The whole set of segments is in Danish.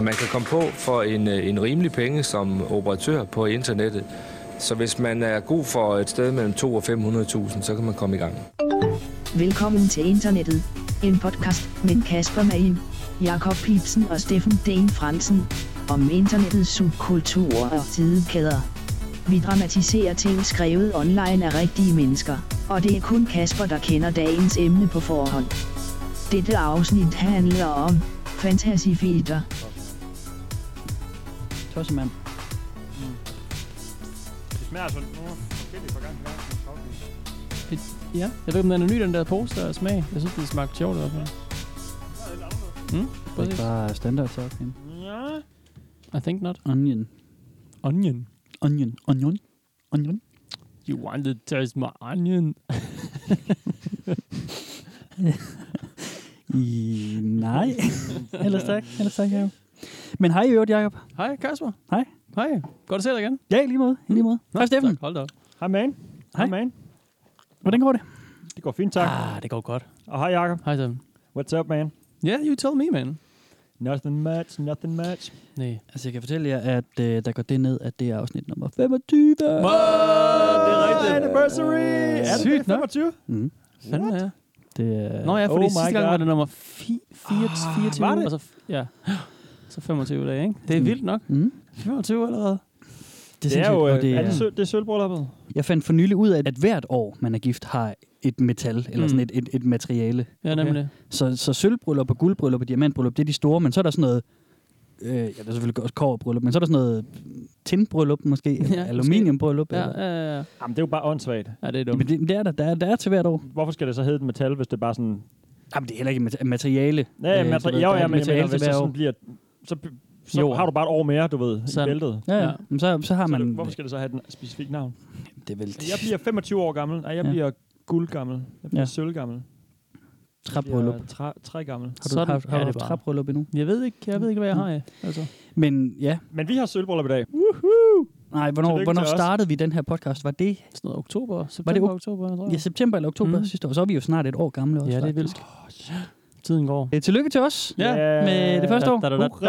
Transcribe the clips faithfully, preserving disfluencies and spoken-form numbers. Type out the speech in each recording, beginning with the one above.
man kan komme på for en, en rimelig penge som operatør på internettet. Så hvis man er god for et sted mellem to og fem hundrede tusind, så kan man komme i gang. Velkommen til internettet. En podcast med Kasper Magen, Jakob Pibsen og Steffen Den Fransen. Om internettets subkulturer og tidekæder. Vi dramatiserer ting skrevet online af rigtige mennesker. Og det er kun Kasper, der kender dagens emne på forhånd. Dette afsnit handler om fantasyfilter. Tossemand. Mm. Det smager sådan nogle forskellige fra gang til gang. Ja, jeg ved ikke, om den er ny, den der pose der smag. Jeg synes, det smagte sjovt i hvert fald. Mm, det er bare standard talking. Ja. I think not. Onion. Onion. Onion. Onion. Onion. You want to taste my onion? I, nej. Ellers tak. Ellers tak, Jacob. Men hej i øvrigt, Jacob. Hej, Kasper. Hej. Hej. Godt at se dig igen. Ja, i lige måde. I lige måde. Nå, hej, Steffen. Tak. Hold da op. Hej, man. Hej. Hej, man. Hvordan går det? Det går fint, tak. Ah, det går godt. Og hej, Jacob. Hej, Steffen. What's up, man? Yeah, you tell me, man. Nothing much, nothing much. Nej. Altså, jeg kan fortælle jer, at øh, der går det ned, at det er afsnit nummer femogtyve. What? Det er rigtigt. Anniversary! Er det Sygt det femogtyve? Mm. Fanden er Det er... Nå ja, fordi Oh sidste my gang God. var det nummer fireogtyve. Var det? Altså, ja. Så femogtyve dage, ikke? Det er vildt nok. Mm. femogtyve allerede. Det, Det er jo, og det det er, er, det, sø- det er sølvbrylluppet. jeg fandt for nylig ud af, at hvert år, man er gift, har et metal, eller Mm. sådan et, et, et materiale. Ja, nemlig. Så, så sølvbryllup og guldbryllup og diamantbryllup, det er de store, men så er der sådan noget, øh, ja, der er selvfølgelig også kobberbryllup, men så er der sådan noget tinbryllup måske, Ja, ja, aluminiumbryllup. Ja, eller. ja, ja. Jamen, det er jo bare åndssvagt. Ja, det er dumt. Men det, det er der, der er, der er til hvert år. Hvorfor skal det så hedde et metal, hvis det er bare sådan... Jamen, det er heller ikke et materiale. Ja, Øh, materi- du ved, jo, der er ja, et men jeg materiale mener, hvis til det hver sådan år. bliver... Så, så Jord. har du bare et år mere, du ved, Sådan. i bæltet. Ja, ja. Ja. Men så, så har Så man... det, hvorfor skal det så have et specifikt navn? Det er vel Jeg bliver femogtyve år gammel, og jeg Ja. bliver guldgammel. Jeg bliver Ja. sølvgammel. træbryllup. Jeg bliver Træ, trægammel. Har du Sådan haft, har er du det haft bare. træbryllup endnu? Jeg ved ikke, jeg ved ikke, hvad jeg har af. Altså. Men ja. Men vi har sølvbryllup i dag. Nej, hvornår, Tillykke hvornår til os. startede vi den her podcast? Var det Sådan noget oktober, ok- september, oktober, tror jeg. ja, september eller oktober Mm. sidste år? Så er vi jo snart et år gamle også. Ja, det er faktisk. vildt. Tiden går. Øh, Tillykke til os Ja. med det første år. Da, da, da, da,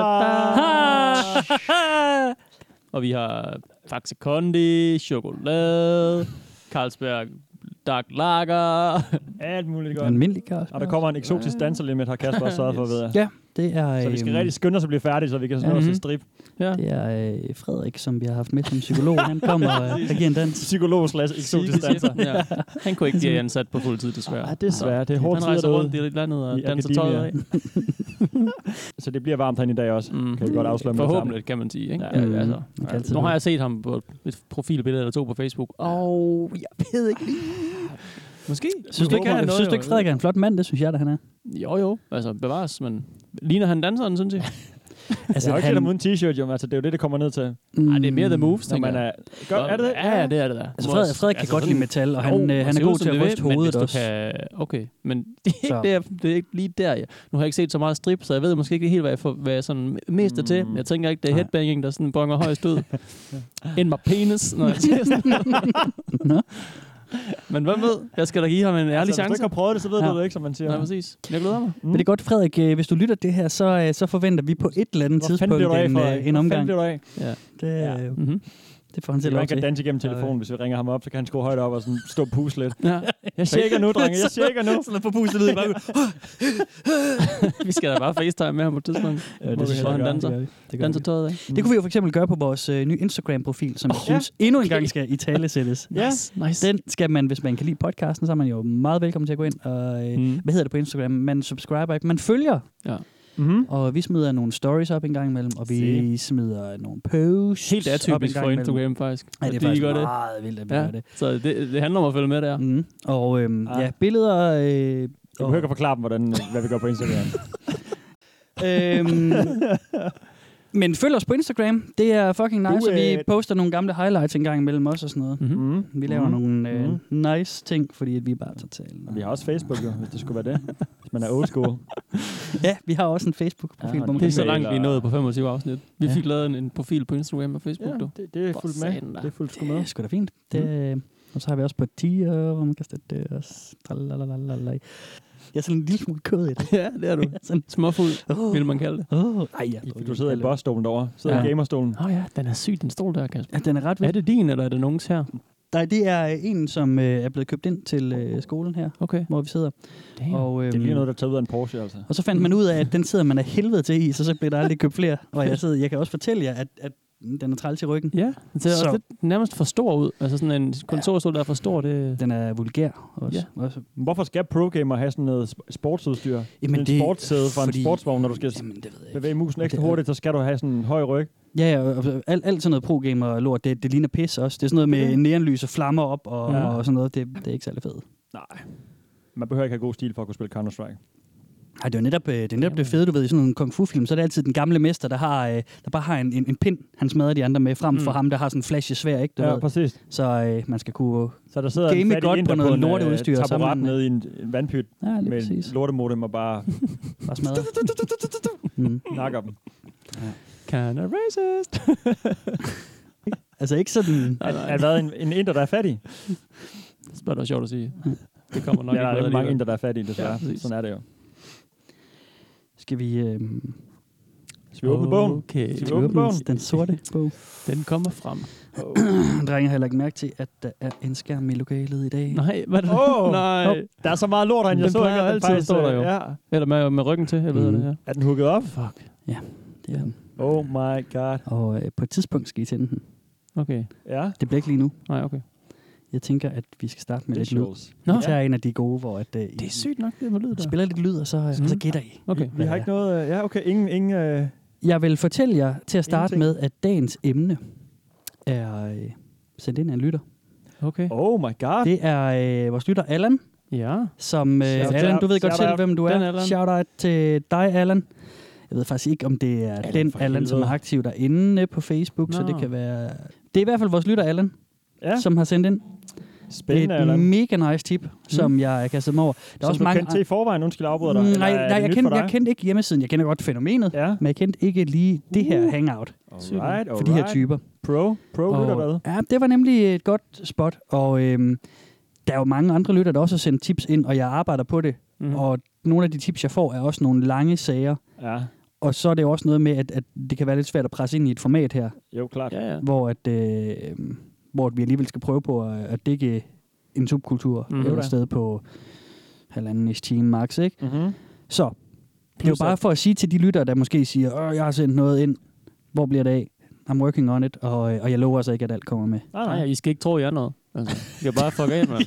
da. Og vi har Faxe Kondi, chokolade, Carlsberg Dark Lager. Alt muligt godt. Almindelig kaffe. Og der kommer en eksotisk danser lige med, har Kasper også sørget for, ved jeg. Ja, det er... Så vi skal øhm, rigtig skynde os at blive færdige, så vi kan nå Mhm. os til strip. Ja. Det er øh, Frederik, som vi har haft med som psykolog. Han kommer og øh, giver en dans. Psykolog slash eksotisk danser. Ja. Han kunne ikke blive ansat på fuld tid, desværre. Ja, det er svært. Det er hårdt Han tider rejser rundt derude. i landet og I danser tøjet af. Så det bliver varmt herinde i dag også. Mm. Kan vi godt afsløre med det Forhåbentlig, kan man sige. Ikke? Ja. Ja, Mm. altså, Man kan altid nu har håbe. jeg set ham på et profilbillede eller to på Facebook. Og jeg ved ikke lige. Måske. Synes du ikke, han han, noget, synes du jo. ikke Frederik er en flot mand? Det synes jeg, da han er. Jo, jo. Altså, bevares, men ligner han danseren, synes jeg? Altså, Jeg har ikke set ham uden t-shirt, jo. Altså, det er jo det, det kommer ned til. Nej, det er mere the moves, Når tænker man jeg. er... Gør, er det det? Ja, det er det der. Altså, Frederik, Frederik kan Altså, godt sådan- lide metal, og han, Jo, øh, og han ser er ud, god som til at det vil, ryste men hovedet hvis du også. Kan, okay, men det er, Så. ikke der, det er ikke lige der. Jeg, nu har jeg ikke set så meget strip, så jeg ved måske ikke helt, hvad jeg, får, hvad jeg sådan mest er til. Mm. Jeg tænker ikke, det er Nej. headbanging, der sådan bonger højst ud. In my penis, når jeg siger sådan. Nå. Men hvad ved? Jeg skal da give ham en ærlig Altså, hvis du chance. ikke har prøvet det, så ved Ja. du det ikke, som man siger. Nej, præcis. Jeg glæder mig. Mm. Men det er godt, Frederik, øh, hvis du lytter det her, så, øh, så forventer vi på et eller andet Hvor fanden tidspunkt bliver du af, en, Frederik? øh, en Hvor fanden omgang. bliver du af? Ja. Det, Ja. øh, Mm-hmm. det får han Så til lov man kan til. danse igennem telefonen, hvis vi ringer ham op, så kan han skrue højt op og sådan stå og puse lidt. Ja. Jeg shaker nu, drenge. Jeg shaker nu. Sådan for pustet lyd. Vi skal da bare facetime med ham på et tidspunkt. Ja, Må vi synes få jeg, han det gør danser. vi. Det gør Danser vi. tøjet af. Det kunne vi jo for eksempel gøre på vores øh, nye Instagram-profil, som jeg Ja. synes endnu en gang skal i tale sættes. Ja. Nice, nice. Den skal man, hvis man kan lide podcasten, så er man jo meget velkommen til at gå ind og, øh, Mm. hvad hedder det på Instagram? Man subscriber ikke, man følger. Ja. Mm-hmm. Og vi smider nogle stories op en gang imellem, og vi smider nogle posts Helt op en atypisk gang for imellem. Instagram, faktisk. Ja, det er At faktisk I gør det. meget vildt, at vi Ja. gør det. Så det, det handler om at følge med der. Mm. Og øhm, Ah. ja, billeder... Øh, Jeg behøver ikke at forklare dem, hvordan, hvad vi gør på Instagram. øhm, men følg os på Instagram. Det er fucking nice, Do og vi it. poster nogle gamle highlights en gang imellem os og sådan noget. Mm-hmm. Mm. Vi laver Mm. nogle øh, Mm. nice ting, fordi at vi er bare totalt... Og vi har også Facebook, jo, hvis det skulle være det. Hvis man er old school. Ja, vi har også en Facebook-profil, Ja, hvor man Det er kan så Eller- langt, vi er nået på femogtyve afsnit. Vi Ja. fik lavet en, en profil på Instagram og Facebook, Ja, du. det, det er For fuldt med. satan da. Det er fuldt sgu Det med. er sgu da fint. Det, mm. Og så har vi også på tier, hvor man kan støtte os. Tralalalala. Jeg er sådan en lille smule kød i det. Ja, det er du. Sådan, Småfuld, Åh. vil man kalde det. åh, ej, ja. Du sidder i bossstolen derovre. Sidder Ja. i gamerstolen. Åh oh, ja, den er syg, den stol der, Kasper. Ja, den er ret Er vild. det din, eller er det nogens her? Nej, det er en, som øh, er blevet købt ind til øh, skolen her, Okay. hvor vi sidder. Damn. Og, øhm, Det ligner noget, der tager ud af en Porsche, altså. og så fandt man ud af, at den sidder man af helvede til i, så så bliver der aldrig købt flere. Og jeg, sidder, jeg kan også fortælle jer, at, at den er træls i ryggen. Ja, den ser Så- også lidt nærmest for stor ud. Altså sådan en kontorstol, der er for stor, det... Den er vulgær også. Ja. også. Hvorfor skal pro-gamer have sådan noget sp- sportsudstyr? Jamen, en det- sportssæde for fordi- en sportsvogn, når du skal Jamen, det ved jeg ikke. bevæge musen ekstra Det er- hurtigt, så skal du have sådan en høj ryg. Ja, ja, og alt, alt sådan noget pro-gamer og lort, det, det ligner pis også. Det er sådan noget med Mm. neonlys og flammer op og, Ja. og sådan noget. Det, det er ikke særlig fedt. Nej. Man behøver ikke have god stil for at kunne spille Counter-Strike. Ej, det er jo netop, øh, det, er netop det fede, du ved, i sådan en kung fu-film, så er det altid den gamle mester, der, har, øh, der bare har en, en, en pind, han smadrer de andre med, frem Mm. for ham, der har sådan en flash svær, ikke? Du Ja, ved. præcis. Så øh, man skal kunne... Så der sidder Game en it fattig godt inder på noget en, øh, lorteudstyr, og så er taburet man, øh, nede i en, en vandpyt Ja, lige med præcis. en lortemodem og bare Bare smadre. Mm. nakker dem. Kind of racist. Altså ikke sådan... Er, er der en, en inder, der er fattig? Det er da sjovt at sige. Det kommer nok Ja, der ikke er med rigtig mange alligevel. inder, der er fattige, desværre. Ja, præcis. Sådan er det jo. Skal vi... Øh, Skal vi åbne bogen? Okay. Skal vi åbne åbne bogen? den sorte bog? Den kommer frem. Drenge har heller ikke mærke til, at der er en skærm i lokalet i dag. Nej, hvad er det? Åh! Nej. Der er så meget lort herinde, jeg Den så plejer ikke, at den altid at faktisk, stå der øh, jo. Ja. Eller med, med ryggen til, eller hvad Mm. mm. det her? Er den hooket op? Fuck. Det er den. Oh my god. Og øh, på et tidspunkt skal I tænde den. Okay. Ja. Det bliver ikke lige nu. Nej, okay. Jeg tænker, at vi skal starte med lidt lyd. Visuals. Nå. Vi tager en af de gode, hvor at, øh, Det er sygt nok, det med lyd I der. spiller lidt lyd, og så, mm. så gætter I. Okay. Vi har ikke noget... øh, Ja, okay. Ingen... ingen øh, Jeg vil fortælle jer til at starte Ingenting. med, at dagens emne er øh, sendt ind af en lytter. Okay. oh my god. Det er øh, vores lytter Allan, Ja. som... Øh, Shout Allan, out. du ved godt Shout selv, out. hvem du Den er. Allan. Shout out til dig, Allan. Jeg ved faktisk ikke, om det er Allan, den for Allan, som er helvede. aktiv derinde på Facebook, så Nå. det kan være... Det er i hvert fald vores lytter Allan, Ja, som har sendt ind spændende, et Allan. mega nice tip, som mm. jeg kastet mig over. Der er Som også du mange... kendte til i forvejen, undskyld, jeg afbryder dig. Mm, Eller nej, er nej det jeg, nyt kendte, for dig? jeg kendte ikke hjemmesiden. Jeg kender godt fænomenet, Ja. men jeg kendte ikke lige det her Uh. hangout Alright, alright. for de her typer. Pro, pro lytter hvad? Ja, det var nemlig et godt spot, og øhm, der er jo mange andre lytter, der også har sendt tips ind, og jeg arbejder på det. Mm. Mm. Og nogle af de tips, jeg får, er også nogle lange sager. Ja, Og så er det jo også noget med, at, at det kan være lidt svært at presse ind i et format her, jo, klart. Ja, ja. hvor, at, øh, hvor vi alligevel skal prøve på at, at dække en subkultur Mhm. mm. Jo et da. sted på halvanden ish time max, ikke? Mm-hmm. Så det er jo Plus bare at- for at sige til de lyttere, der måske siger, åh, jeg har sendt noget ind, hvor bliver det af? I'm working on it, og, øh, og jeg lover altså ikke, at alt kommer med. Nej, Nej, nej. I skal ikke tro, jeg er noget. Altså, I kan bare fuck af, mand.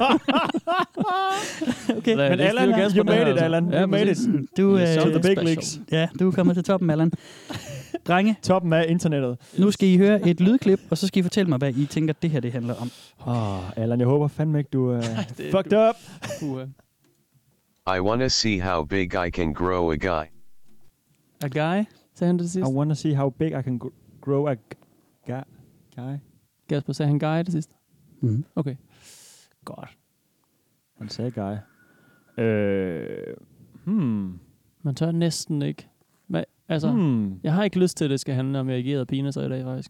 Okay. Lad- Men det er Allan, still gas you på det made her, it, altså. Allan. Ja, You made præcis. it. Du, Yes, øh, so To the big special. leagues. ja, du er kommet til toppen, Allan. Drenge, Toppen af internettet. nu skal I høre et lydklip, og så skal I fortælle mig, hvad I tænker, det her det handler om. Åh, oh, Allan, jeg håber fandme ikke, du er uh, det er fucked du. up. Puha. I wanna see how big I can grow a guy. A guy, sagde han det I sidste. wanna see how big I can gr- grow a g- guy. guy. Kasper, sagde han guy det sidste? Mm. Okay. Godt. Han sagde guy. Øh, hmm. Man tør næsten ikke. Hvad? Altså, Hmm. jeg har ikke lyst til, at det skal handle om erigerede peniser i dag, faktisk.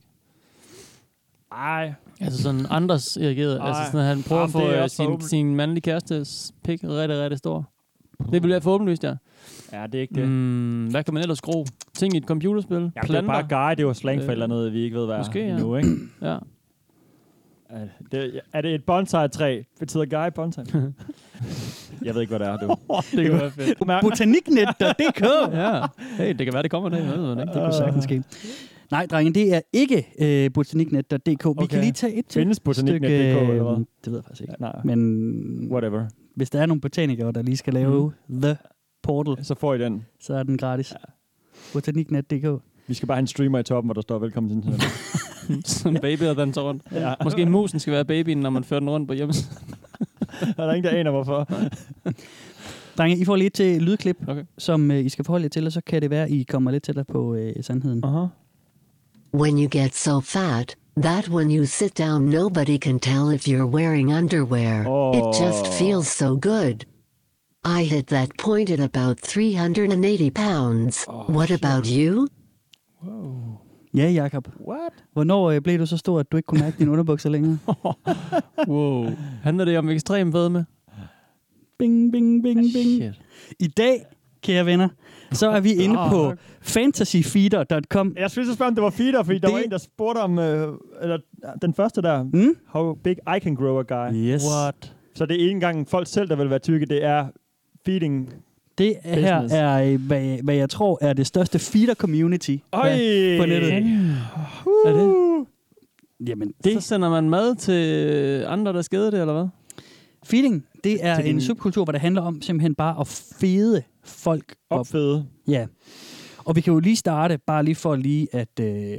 Ej. Altså sådan andres erigerede. Ej. Altså sådan, at han prøver Jamen, at få det er øh, også for sin, åbent. sin mandlige kærestes pik rigtig, rigtig stor. Det vil være for åbenlyst, ja. Ja, det er ikke det. Mm, hvad kan man ellers gro? Ting i et computerspil? Jamen, det er bare guy, det var slang for Øh, eller noget, vi ikke ved, hvad måske, ja. er nu, ikke? Ja. Er det, er det et bonsai-træ? Betyder guy bonsai? Jeg ved ikke, hvad det er, du. Det kan være fedt. Mærk- Botaniknet punktum d k. Ja. Hey, det kan være, det kommer der. Jeg ved det ikke. Det kunne sagtens ske. Nej, drenge, det er ikke øh, botaniknet punktum d k. Vi Okay. kan lige tage et til Findes botaniknet punktum d k, eller hvad? Det ved jeg faktisk ikke. Nej, Men whatever. hvis der er nogle botanikere, der lige skal lave mm. The Portal, Så får I den. så er den gratis. botaniknet punktum d k. Vi skal bare have en streamer i toppen, hvor der står velkommen til internet. Sådan en baby, der danser rundt. Ja. Måske musen skal være babyen, når man fører den rundt på hjemmesiden. Der er ingen, der aner, hvorfor. Drenge, I får lige til lydklip, Okay. som øh, I skal forholde jer til, og så kan det være, I kommer lidt tættere på øh, sandheden. Aha. When you get so fat that when you sit down, nobody can tell if you're wearing underwear. Oh. It just feels so good. I hit that point at about three hundred eighty pounds. What about you? Ja, Jakob. What? Hvornår øh, blev du så stor, at du ikke kunne mærke dine underbukser længere? Wow. Handler det om ekstrem vedme? Bing, bing, bing, bing. Shit. I dag, kære venner, så er vi inde på fantasyfeeder punktum com. Jeg skulle så spørge, om det var feeder, fordi det... der Det- var en, der spurgte om, øh, eller den første der, Mm? how big I can grow a guy. Yes. What? Så det er ikke engang folk selv, der vil være tykke, det er feeding. Det her Business. er, øh, hvad, hvad jeg tror er det største feeder-community Øj! på nettet. Er det? Jamen, Det. Så det, sender man mad til andre, der skeder det, eller hvad? feeding, det er Til en din- subkultur, hvor det handler om simpelthen bare at fede folk op. Opfede. Ja. Og vi kan jo lige starte, bare lige for lige at øh,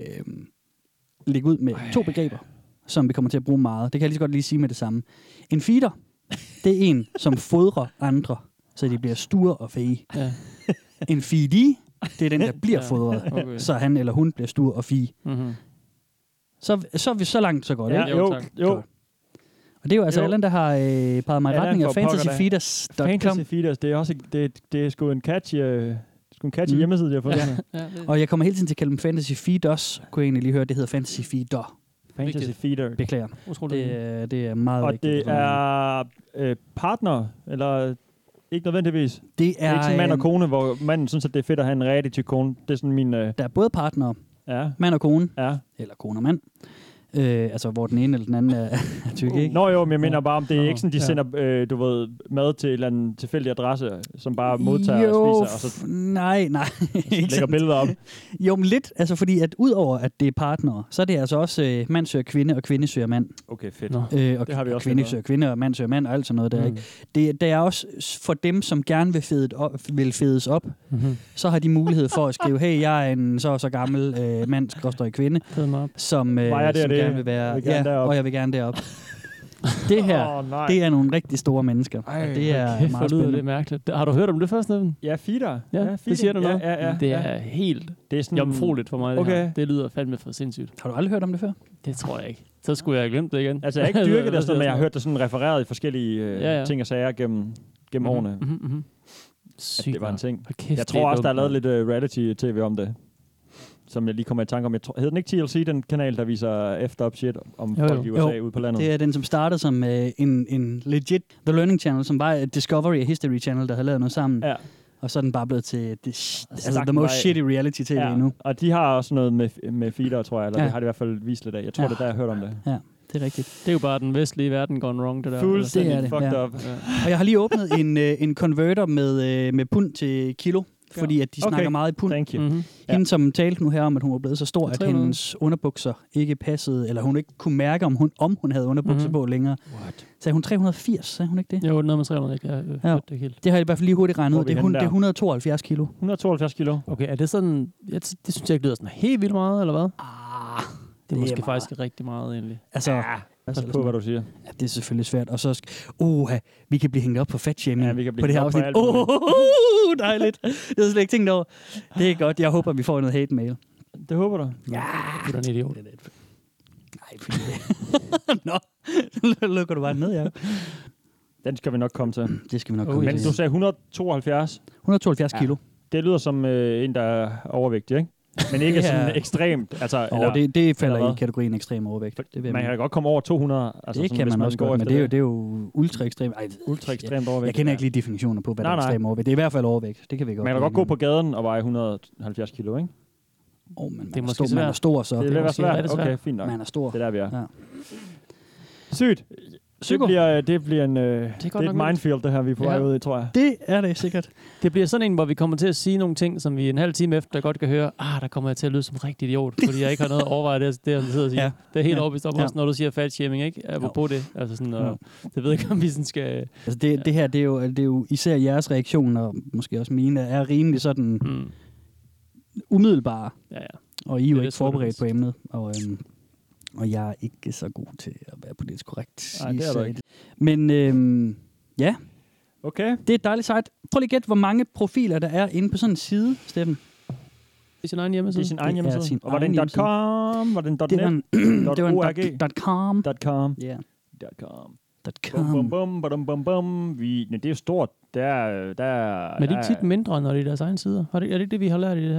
lægge ud med to begreber, som vi kommer til at bruge meget. Det kan jeg lige så godt lige sige med det samme. En feeder, det er en, som fodrer andre, så de bliver sture og fege. Ja. En feedee, det er den, der bliver Ja. fodret, Okay. så han eller hun bliver stur og fige. Mm-hmm. Så, så er vi så langt, så godt, Ja, ikke? Jo, jo, tak. jo. Og det er jo altså Jo. Allan, der har øh, peget mig i Allan retning af for pokker da. fantasyfeeders punktum com. Fantasy Feeders, det er også det, det er sgu en catchy, øh, sgu en catchy Mm. mm. hjemmeside, jeg har fået. Ja. Ja, det, Og jeg kommer hele tiden til at kalde dem fantasy feeders, kunne jeg egentlig lige høre, det hedder fantasy feeder. Fantasy Vigtigt. Feeder. Beklager. utroligt. Det, er- det er meget Og vigtigt. det er øh, partner, eller ikke nødvendigvis. det Det er ikke sådan mand og øh, kone, hvor manden synes, at det er fedt at have en rigtig tyk kone. Det er sådan min... Øh, Der er både partnere, ja, mand og kone, ja. eller kone og mand. Øh, altså, hvor den ene eller den anden er, er tyk, ikke? Nå jo, men jeg mener bare, om det er Nå, ikke sådan, de ja. sender, øh, du ved, mad til en eller anden tilfældig adresse, som bare modtager jo, og spiser, og så f- nej, nej. ikke lægger sådan. billeder op. Jo, men lidt, altså fordi at udover at det er partnere, så er det altså også øh, mand søger kvinde, og kvinde søger mand. Okay, fedt. Nå. Øh, og Det har vi og også kvinde lidt søger kvinde, og mand søger mand, og alt sådan noget der, Mm. ikke? Det, det er også for dem, som gerne vil, fedet op, vil fedes op, Mm-hmm. så har de mulighed for at skrive, hey, jeg er en så og så gammel øh, mand, skråstreg kvinde, Fed mig op. som, øh, Vejer det som og det? gerne vil være... Jeg vil gerne ja, derop. og jeg vil gerne derop. Det her, Åh, nej. det er nogle rigtig store mennesker. Ej, og det er Kæft, hvor meget lyder spændende. det mærkeligt. Har du hørt om det først, Steffen? Ja, feeder. Ja, feeding. det siger du noget. Ja, ja, ja. Det ja. er helt Det er sådan, jomfrueligt for mig, det Okay. her. Det lyder fandme for sindssygt. Har du aldrig hørt om det før? Det tror jeg ikke. Så skulle jeg have glemt det igen. Altså, jeg har ikke dyrket det, sådan, men jeg har hørt det sådan refereret i forskellige øh, Ja, ja. ting og sager gennem, gennem årene. Mm-hmm, mm-hmm. At Sygt, det var en mand. ting. Hold kæft, Jeg det er tror også, der er dumt, lavet lidt uh, reality-tv om det, som jeg lige kommer i tanke om. Jeg tror, hedder den ikke T L C, den kanal, der viser efter up shit om Jo, jo. folk i U S A Jo, ude på landet? Det er den, som startede som øh, en, en legit The Learning Channel, som var et Discovery og History Channel, der havde lavet noget sammen. Ja. Og så er den bare blevet til det, sh- altså, stak the den most bare af. shitty reality-tv Ja, nu. og de har også noget med, med feeder, tror jeg, eller Ja. det har de i hvert fald vist lidt af. Jeg tror, Ja. det er der, jeg har hørt om det. Ja, det er rigtigt. Det er jo bare den vestlige verden gone wrong, det der. Fuldstændig Det er det, fucked ja. up. Ja. Og jeg har lige åbnet en, øh, en converter med, øh, med pund til kilo, fordi at de Okay. snakker meget i pund. Thank you. Mm-hmm. Ja. Hende, som talte nu her om, at hun var blevet så stor, at tre hundrede. hendes underbukser ikke passede, eller hun ikke kunne mærke, om hun, om hun havde underbukser Mhm. på længere. What? Sagde hun tre hundrede og firs, sagde hun ikke det? Jo, noget med tre hundrede, ikke? Jeg Ja. ja. det ikke helt. Det har jeg i hvert fald lige hurtigt regnet Hvor ud. er vi Det er, hun, henne det er der? et hundrede og tooghalvfjerds kilo. et hundrede og tooghalvfjerds kilo. Okay, er det sådan... Jeg, det synes jeg ikke lyder sådan helt vildt meget, eller hvad? Ah, Det er måske meget. faktisk rigtig meget, egentlig. Altså, Ja, pas på, hvad du siger. ja, det er selvfølgelig svært. Og så, sk- uh, vi kan blive hængt op på fatshaming Ja, vi kan blive på det her hængt op afsnit. på alt Åh, muligt. uh, dejligt. Det havde jeg slet ikke tænkt over. Det er godt. Jeg håber, vi får noget hate mail. Det håber du. Ja. Du er en idiot. Nej, fordi det. Nå, så lukker du bare ned, ja. Den skal vi nok komme til. Det skal vi nok Oh, komme Men til. du sagde et hundrede og tooghalvfjerds. et hundrede og tooghalvfjerds Ja. kilo. Det lyder som øh, en, der er overvægtig, ikke? Men ikke Det er- sådan ekstremt. Altså, Og eller, det, det falder eller i hvad? kategorien ekstrem overvægt. Det, vil jeg man mene. kan godt komme over to hundrede. Altså, Det sådan, kan hvis man også går godt, men efter det er, jo, det er jo ultra ekstremt. Ej, ultra ekstremt overvægt. jeg kender ikke lige definitioner på, hvad Nej, der er nej. ekstrem overvægt. Det er i hvert fald overvægt. Det kan vi godt. Man kan da godt gå på gaden og veje et hundrede og halvfjerds kilo, ikke? Oh, men man Det er er, måske stor, man svært. er stor, så. Det vil være måske svært. rigtig svært. Okay, fint nok. Man er stor. Det er der, vi er. Ja. Sygt. Det Super. bliver, det bliver en, øh, det er, godt det er et nok minefield, det her, vi er på Ja. vej ud i, tror jeg. Det er det sikkert. Det bliver sådan en, hvor vi kommer til at sige nogle ting, som vi en halv time efter godt kan høre, ah, der kommer jeg til at lyde som en rigtig idiot, fordi jeg ikke har noget at overveje det, det han sidder og siger. Ja. Det er helt Ja. overbevist om, Ja. også når du siger fatshaming, ikke? Apropos det. Altså sådan, og, det ved jeg ikke, om vi sådan skal... Altså det, det her, det er, jo, det er jo især jeres reaktion, og måske også mine, er rimelig sådan Mm, umiddelbare. ja, ja. Og I er Det jo er ikke det sgu forberedt vist. på emnet. Og, øhm, og jeg er ikke så god til at være politisk korrekt. Nej, det er I du sagde ikke. Men øhm, ja, Okay. det er et dejligt site. Prøv lige at gætte, hvor mange profiler der er inde på sådan en side, Steffen. I sin egen Det hjemmeside. er sin egen Det er hjemmeside. sin Og var det egen en .com? Var det en Det var .net? en, det var en .org? dot, dot com. .com. Ja, .com. dot Bum, bum, com. bum, badum, bum, bum. Vi, nej, det er jo stort. Der, er- der, er- Men er det der ikke tit mindre, når det er deres egen sider? Er det, er det ikke det, vi har lært i det her?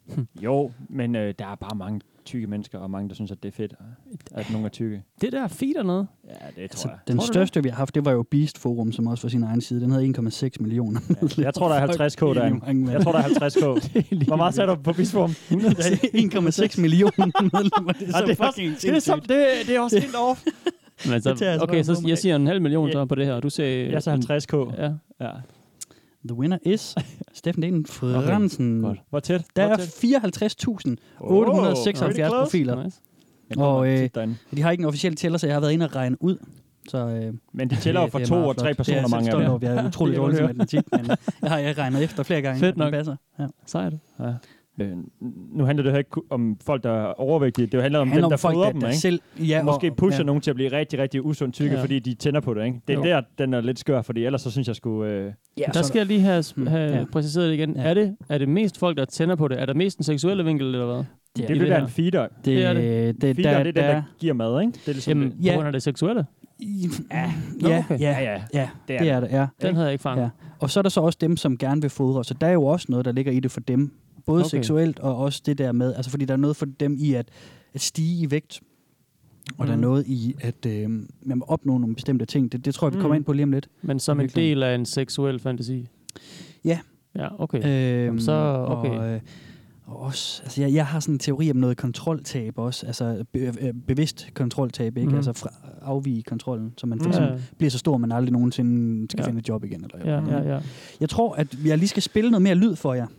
Jo, men øh, der er bare mange tykke mennesker, og mange, der synes, at det er fedt, at nogen er tykke. Det der feed og noget. Ja, det tror Altså, jeg. den Tror du største, vi har haft, det var jo Beast Forum, som også var sin egen side. Den havde en komma seks millioner. Ja, jeg tror, der er halvtreds k derinde. Jeg tror, der er halvtreds k. Hvor meget sagde du på Beast Forum? en komma seks millioner medlemmer. Det er så det, er fucking også, det, er så, det, det er også helt off. Men så, Det tager jeg altså okay, bare så på mig. jeg siger en halv million så på det her, og du sagde... Jeg så halvtreds k. Ja. Ja. The winner is Steffen Dehn Fransen. Godt. Hvor tæt? Der Hvor er tæt? fireoghalvtreds tusind otte hundrede og seksoghalvfjerds Oh, pretty close. profiler. Nice. Jeg kommer Og, øh, tit derinde. De har ikke en officiel tæller, så jeg har været inde og regne ud. Så, øh, Men de tæller jo for det er to meget og tre flot. personer, det er mange af stolt dem. over. Jeg er utrolig Det kan dårlig til man høre. matematik, men jeg har jeg regnet efter flere gange. Fedt og det nok. passer. Ja. Sejt. Ja. Øh, nu handler det her ikke ku- om folk, der er overvægtige. Det handler om Det handler dem, der om folk, fodrer der, dem, der ikke? selv... Ja, Måske og- pusher ja. nogen til at blive rigtig, rigtig usundt tykke, Ja. fordi de tænder på det, ikke? Det er Jo. der, den er lidt skør, fordi ellers så synes jeg skulle... Øh... Ja, Der så- skal jeg lige have, Hmm, have ja. præciseret det igen. Ja. Er, det, er det mest folk, der tænder på det? Er der mest en seksuelle vinkel, eller hvad? Det Det er er i det, det der er her. en feeder. Det, Det er det, det, Feeder, der, det er den, der, der giver mad, ikke? Det er ligesom Jamen, det. på Ja. grund af det seksuelle? ja, Nå, ja, okay. ja, ja. ja, Det er det er det, ja. Den havde jeg ikke fanget. Ja. Og så er der så også dem, som gerne vil fodre, så der er jo også noget, der ligger i det for dem. Både Okay. okay. seksuelt og også det der med, altså fordi der er noget for dem i at, at stige i vægt, og mm. der er Mhm. noget i at øh, man må opnå nogle bestemte ting. Det, det tror jeg, vi kommer Mhm. ind på lige om lidt. Men som en Virkelig. del af en seksuel fantasi? Ja. Ja, okay. Øhm, Jamen, så okay. Og, øh, og også, altså jeg, jeg har sådan en teori om noget kontroltab også, altså be, øh, bevidst kontroltab, ikke? Mhm. Mm. Altså fra, afvige kontrollen, så man for Mhm. eksempel Ja, bliver så stor, at man aldrig nogensinde skal Ja. ja. finde et job igen. Eller, ja, ja, ja. Jeg tror, at jeg lige skal spille noget mere lyd for jer.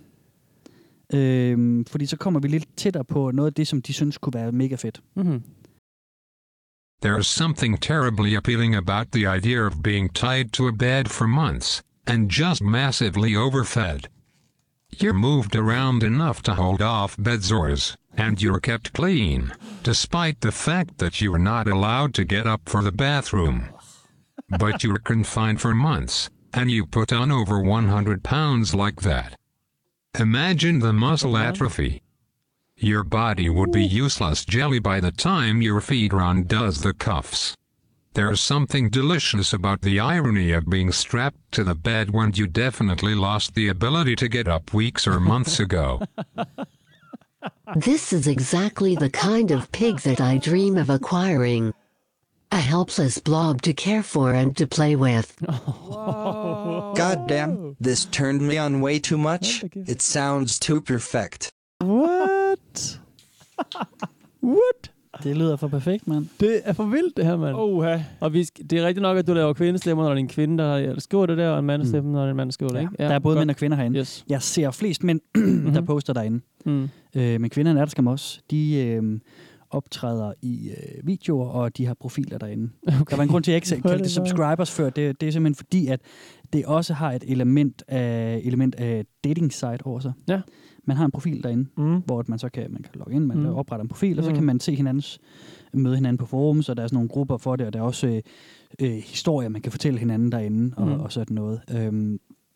Øhm, fordi så kommer vi lidt tættere på noget af det, som de synes kunne være mega fedt. Mm-hmm. There's something terribly appealing about the idea of being tied to a bed for months, and just massively overfed. You're moved around enough to hold off bed sores, and you're kept clean, despite the fact that you're not allowed to get up for the bathroom. But you're confined for months, and you put on over one hundred pounds like that. Imagine the muscle atrophy. Your body would be useless jelly by the time your feet run does the cuffs. There's something delicious about the irony of being strapped to the bed when you definitely lost the ability to get up weeks or months ago. This is exactly the kind of pig that I dream of acquiring. A helpless blob to care for and to play with. God damn, this turned me on way too much. It sounds too perfect. What? What? Det lyder for perfekt, mand. Det er for vildt, det her, mand. Oha. Og vi, sk- det er rigtigt nok, at du laver kvindestemmer, når det er en kvinde, der skriver det der, og en mandestemme, mm. når det er en mand, der skriver det, Ja. ikke? Der er både godt. mænd og kvinder herinde. Yes. Jeg ser flest mænd, der poster derinde. Mm. Øh, men kvinderne er der skam også. De øh, optræder i øh, videoer, og de har profiler derinde. Okay. Der var en grund til, at jeg ikke selv Hvor er kaldte det det subscribers før. Det, det er simpelthen fordi, at det også har et element af, element af dating site over sig. Ja. Man har en profil derinde, Mm. hvor man så kan, man kan logge ind, man Mm. mm. opretter en profil, og så Mm. kan man se hinandens, møde hinanden på forums, og der er sådan nogle grupper for det, og der er også øh, øh, historier, man kan fortælle hinanden derinde, og, Mm. og sådan noget. Øhm,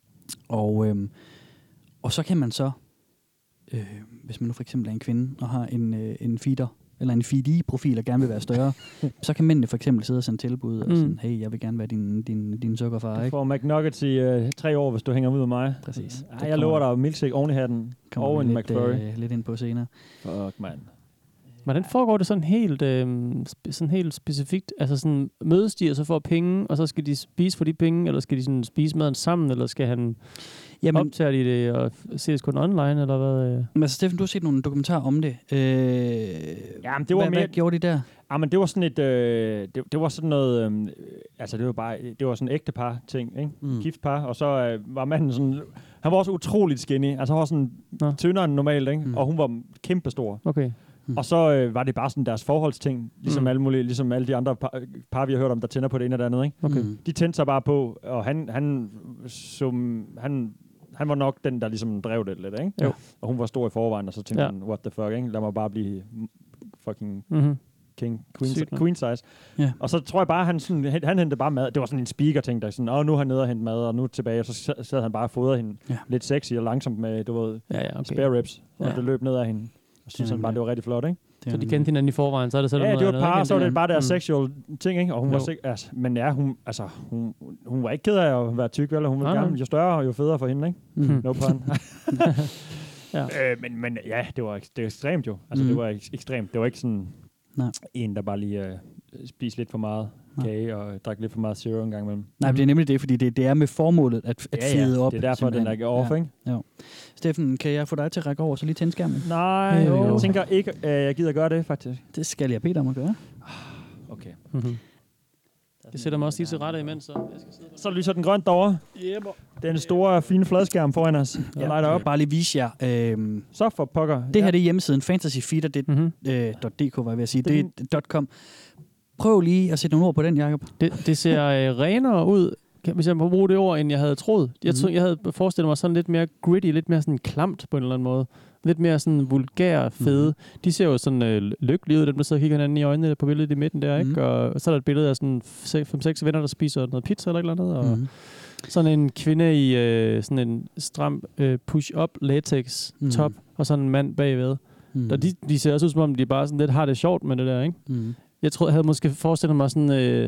og, øhm, og så kan man så, øh, hvis man nu for eksempel er en kvinde, og har en, øh, en feeder, eller en feed-profil, og gerne vil være større, så kan mændene for eksempel sidde og sende tilbud, og Mm. sådan, hey, jeg vil gerne være din, din, din sukkerfar, Du ikke? får McNuggets i øh, tre år, hvis du hænger ud af mig. Præcis. Ej, Det jeg lover kommer- dig milkshake oven i hatten. Kommer Og vi en lidt, McFlurry. øh, lidt ind på senere. Fuck, mand. Hvordan foregår det sådan helt, øh, sp- sådan helt specifikt? Altså sådan, mødes de, og så får penge, og så skal de spise for de penge, eller skal de sådan spise maden sammen, eller skal han Jamen, optage de det og f- ses kun online, eller hvad? øh? men altså, Steffen, du har set nogle dokumentarer om det. Øh, Ja, men det var hvad, mere... hvad gjorde de der? Ja, men det var sådan et... Øh, det, det var sådan noget... Øh, altså, det var bare... Det var sådan en ægtepar ting, ikke? Mm. Mm. Gift par. Og så øh, var manden sådan... Han var også utroligt skinny. Altså, han var sådan Nå. tyndere end normalt, ikke? Mm. Mm. Og hun var kæmpestor. Okay. Mm. Og så øh, var det bare sådan deres forholdsting. Ligesom, Mm. mm. alle, mulige, ligesom alle de andre par, par, vi har hørt om, der tænder på det ene og det andet, ikke? Okay. Mm. De tændte sig bare på, og han, han, som, han, han var nok den, der ligesom drev det lidt, ikke? Jo. Og hun var stor i forvejen, og så tænkte Ja. ja. han, what the fuck, ikke? Lad mig bare blive fucking Mm-hmm. king, queen, Sygt nok. queen size. Ja. Og så tror jeg bare, han, sådan, han, han hentede bare mad. Det var sådan en speaker-ting, der sådan, åh, nu er han nede og hente mad, og nu er tilbage. Og så sad- sad han bare og fodrede hende Ja. lidt sexy og langsomt med, du ved, Ja, ja, okay. spare ribs. Og Ja. det løb ned af hende. Og så synes han bare, det var rigtig flot, ikke? Det Så er de nemlig- kendte hinanden i forvejen, så er det selv Ja, noget det var et andet, par, ikke? og så var det bare deres Mm. sexual ting, ikke? Og hun Jo. var sik- altså, men ja, hun, altså, hun, hun var ikke ked af at være tyk, vel? Hun ville Nej, gerne, nej. jo større, jo federe for hende, ikke? Mm. No pun. Ja. Øh, men, men ja, det var, det var ekstremt jo. Altså, Mm. det var ek- ekstremt. Det var ikke sådan Nej. en, der bare lige øh, spiste lidt for meget Nej. kage og drak lidt for meget zero en gang imellem. Nej, det er nemlig det, fordi det, det er med formålet at, at Ja, ja. fede op. Det er derfor, den simpelthen. er off, ja. ikke? Jo. Steffen, kan jeg få dig til at række over, så lige tænde skærmen? Nej, Jo, jo. jeg tænker ikke, at jeg gider gøre det, faktisk. Det skal jeg bede dig om at gøre. Okay. Mm-hmm. Jeg sætter mig også lige til rette imens, så jeg skal sidde på. Så lyser den grønt derovre. Yep. Den store, fine fladskærm foran os. Jeg Ja, lighter jeg op. vil bare lige vise jer. Øhm, Så for pokker. det her Ja. det er hjemmesiden fantasyfeeder Mm-hmm. punktum d k, var jeg ved at sige. Det er Det er .com. Prøv lige at sætte nogle ord på den, Jacob. Det, det ser øh, renere ud, kan, hvis jeg må bruge det ord, end jeg havde troet. Jeg, Mhm. tro, jeg havde forestillet mig sådan lidt mere gritty, lidt mere sådan klamt på en eller anden måde. Lidt mere sådan vulgær, fede. Mhm. De ser jo sådan øh, lykkelige ud, dem der sidder og kigger hinanden i øjnene på billedet i midten der, Mhm. ikke? Og så er der et billede af sådan fem seks venner, der spiser noget pizza eller et eller andet, og Mhm. sådan en kvinde i øh, sådan en stram øh, push-up latex Mhm. top, og sådan en mand bagved. Mhm. Og de, de ser også ud, som om de bare sådan lidt har det sjovt med det der, ikke? Mhm. Jeg tror, jeg havde måske forestillet mig sådan... Øh,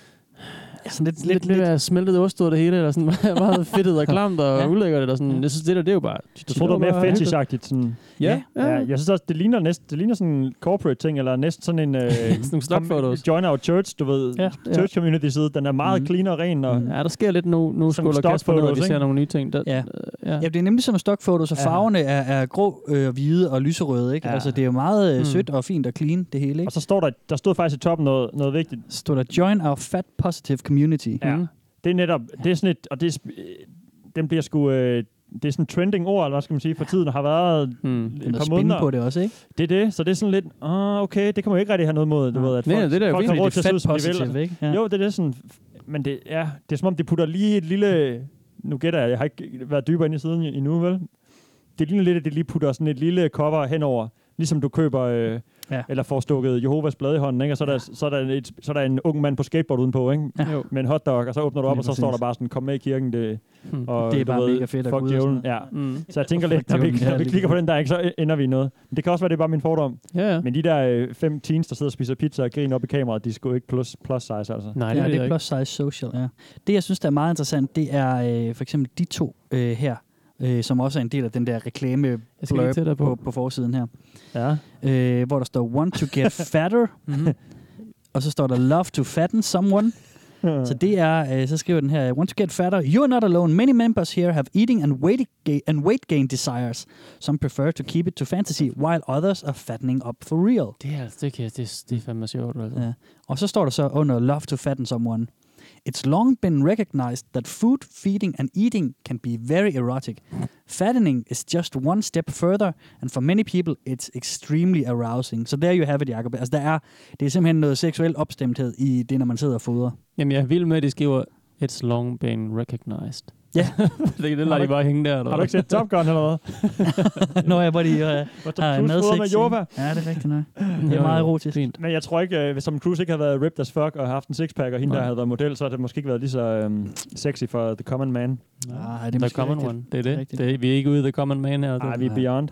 Ja, sådan lidt, lidt, lidt, lidt mere smeltet ost ud af det hele, eller sådan meget fedtet og klamt og Ja. ja. ulækkert, eller sådan. Jeg synes, det der, det er jo bare... Jeg tror, det var mere fetishagtigt. Sådan. Ja, Ja, jeg synes også, det ligner næsten, det ligner sådan en corporate ting, eller næsten sådan en... Øh, Sådan nogle stock photos. Join our church, du ved. Ja, ja. Church community side. Den er meget Mhm. clean og ren. Og, Mhm. Ja, der sker lidt nu. Nu Sådan skulle stock Kasper ned, og photos, vi ser ikke? nogle nye ting. Der, Ja. øh, ja. Ja, det er nemlig som stockfoto, så Ja. farverne er, er grå, øh, hvide og lyserøde, ikke? Ja. Altså, det er jo meget øh, Mm. sødt og fint og clean, det hele, og ikke? så står der, der stod faktisk i toppen noget, noget vigtigt. Står der, join our fat positive community. Ja. Mhm. Det er netop, det er sådan et, og det er, sp- øh, den bliver sgu, øh, det er sådan en trending ord, eller hvad skal man sige, for tiden har været Hmm. et Den er par spændende måneder. på det også, ikke? Det er det, så det er sådan lidt, ah, okay, det kan man jo ikke rigtig have noget mod, du Nej. ved, at Nej, folk, det er da jo folk fint, har råd Det til er at se ud, fat som de vil. positive, ikke? Ja. Jo, det er det sådan, men det, ja, det er som om, de putter lige et lille, nu gætter jeg, jeg har ikke været dybere inde i siden endnu, vel? Det ligner lidt, at de lige putter sådan et lille cover henover, ligesom du køber, øh, Ja. eller får stukket Jehovas blad i hånden, ikke? Og så er, der, så, er der et, så er der en ung mand på skateboard udenpå, ikke? Ja. Jo. Med en hotdog, og så åbner du op, Lige og så står der præcis. bare sådan, kom med i kirken, det, Hmm. og Det er du bare ved, mega fedt at fuck gå ud og djævlen. sådan Ja. Mm. Så jeg tænker Fuck lidt, når vi, djævlen, når ja, vi lige klikker på den der, ikke, så ender vi i noget. Men det kan også være, det er bare min fordom. Ja, ja. Men de der øh, fem teens, der sidder og spiser pizza og griner op i kameraet, de er sgu ikke plus, plus size, altså. Nej, det Ja, er det er det plus size social, ja. Det, jeg synes, der er meget interessant, det er øh, for eksempel de to øh, her, øh, som også er en del af den der reklame Jeg skal lige blurb tættere på. på. På, på forsiden her. Ja. Øh, hvor der står, want to get fatter, Mm-hmm. og så står der, love to fatten someone. Så det er, øh, så skriver den her, want to get fatter, you are not alone. Many members here have eating and weight, ga- and weight gain desires. Some prefer to keep it to fantasy, while others are fattening up for real. Det er, det, kan, det, det er fandme sjovt, altså. Ja. Og så står der så under love to fatten someone. It's long been recognized that food, feeding and eating can be very erotic. Fattening is just one step further, and for many people, it's extremely arousing. Så so there you have it, Jacob. Altså, der er, det er simpelthen noget seksuel opstemthed i det, når man sidder og fodrer. Jamen, jeg er vild med, at de skriver, it's long been recognized. Ja. det, det lader de bare hænge der. Eller? Har du ikke set Top Gun eller hvad? Nå, jeg hvor de øh, Hvor Tom har Cruise med fodrer med sex. jordbær. Ja, det er rigtigt nok. Det Jo, er jo. meget erotisk. Fint. Men jeg tror ikke, øh, hvis Tom Cruise ikke havde været ripped as fuck og haft en sixpack, og hende Nej. der havde været model, så havde det måske ikke været lige så øhm, sexy for The Common Man. Ah, det er The måske common rigtigt. one. Det er Det er det. rigtigt. det er, vi er ikke ude i the common man her. Nej, vi er Nej. beyond.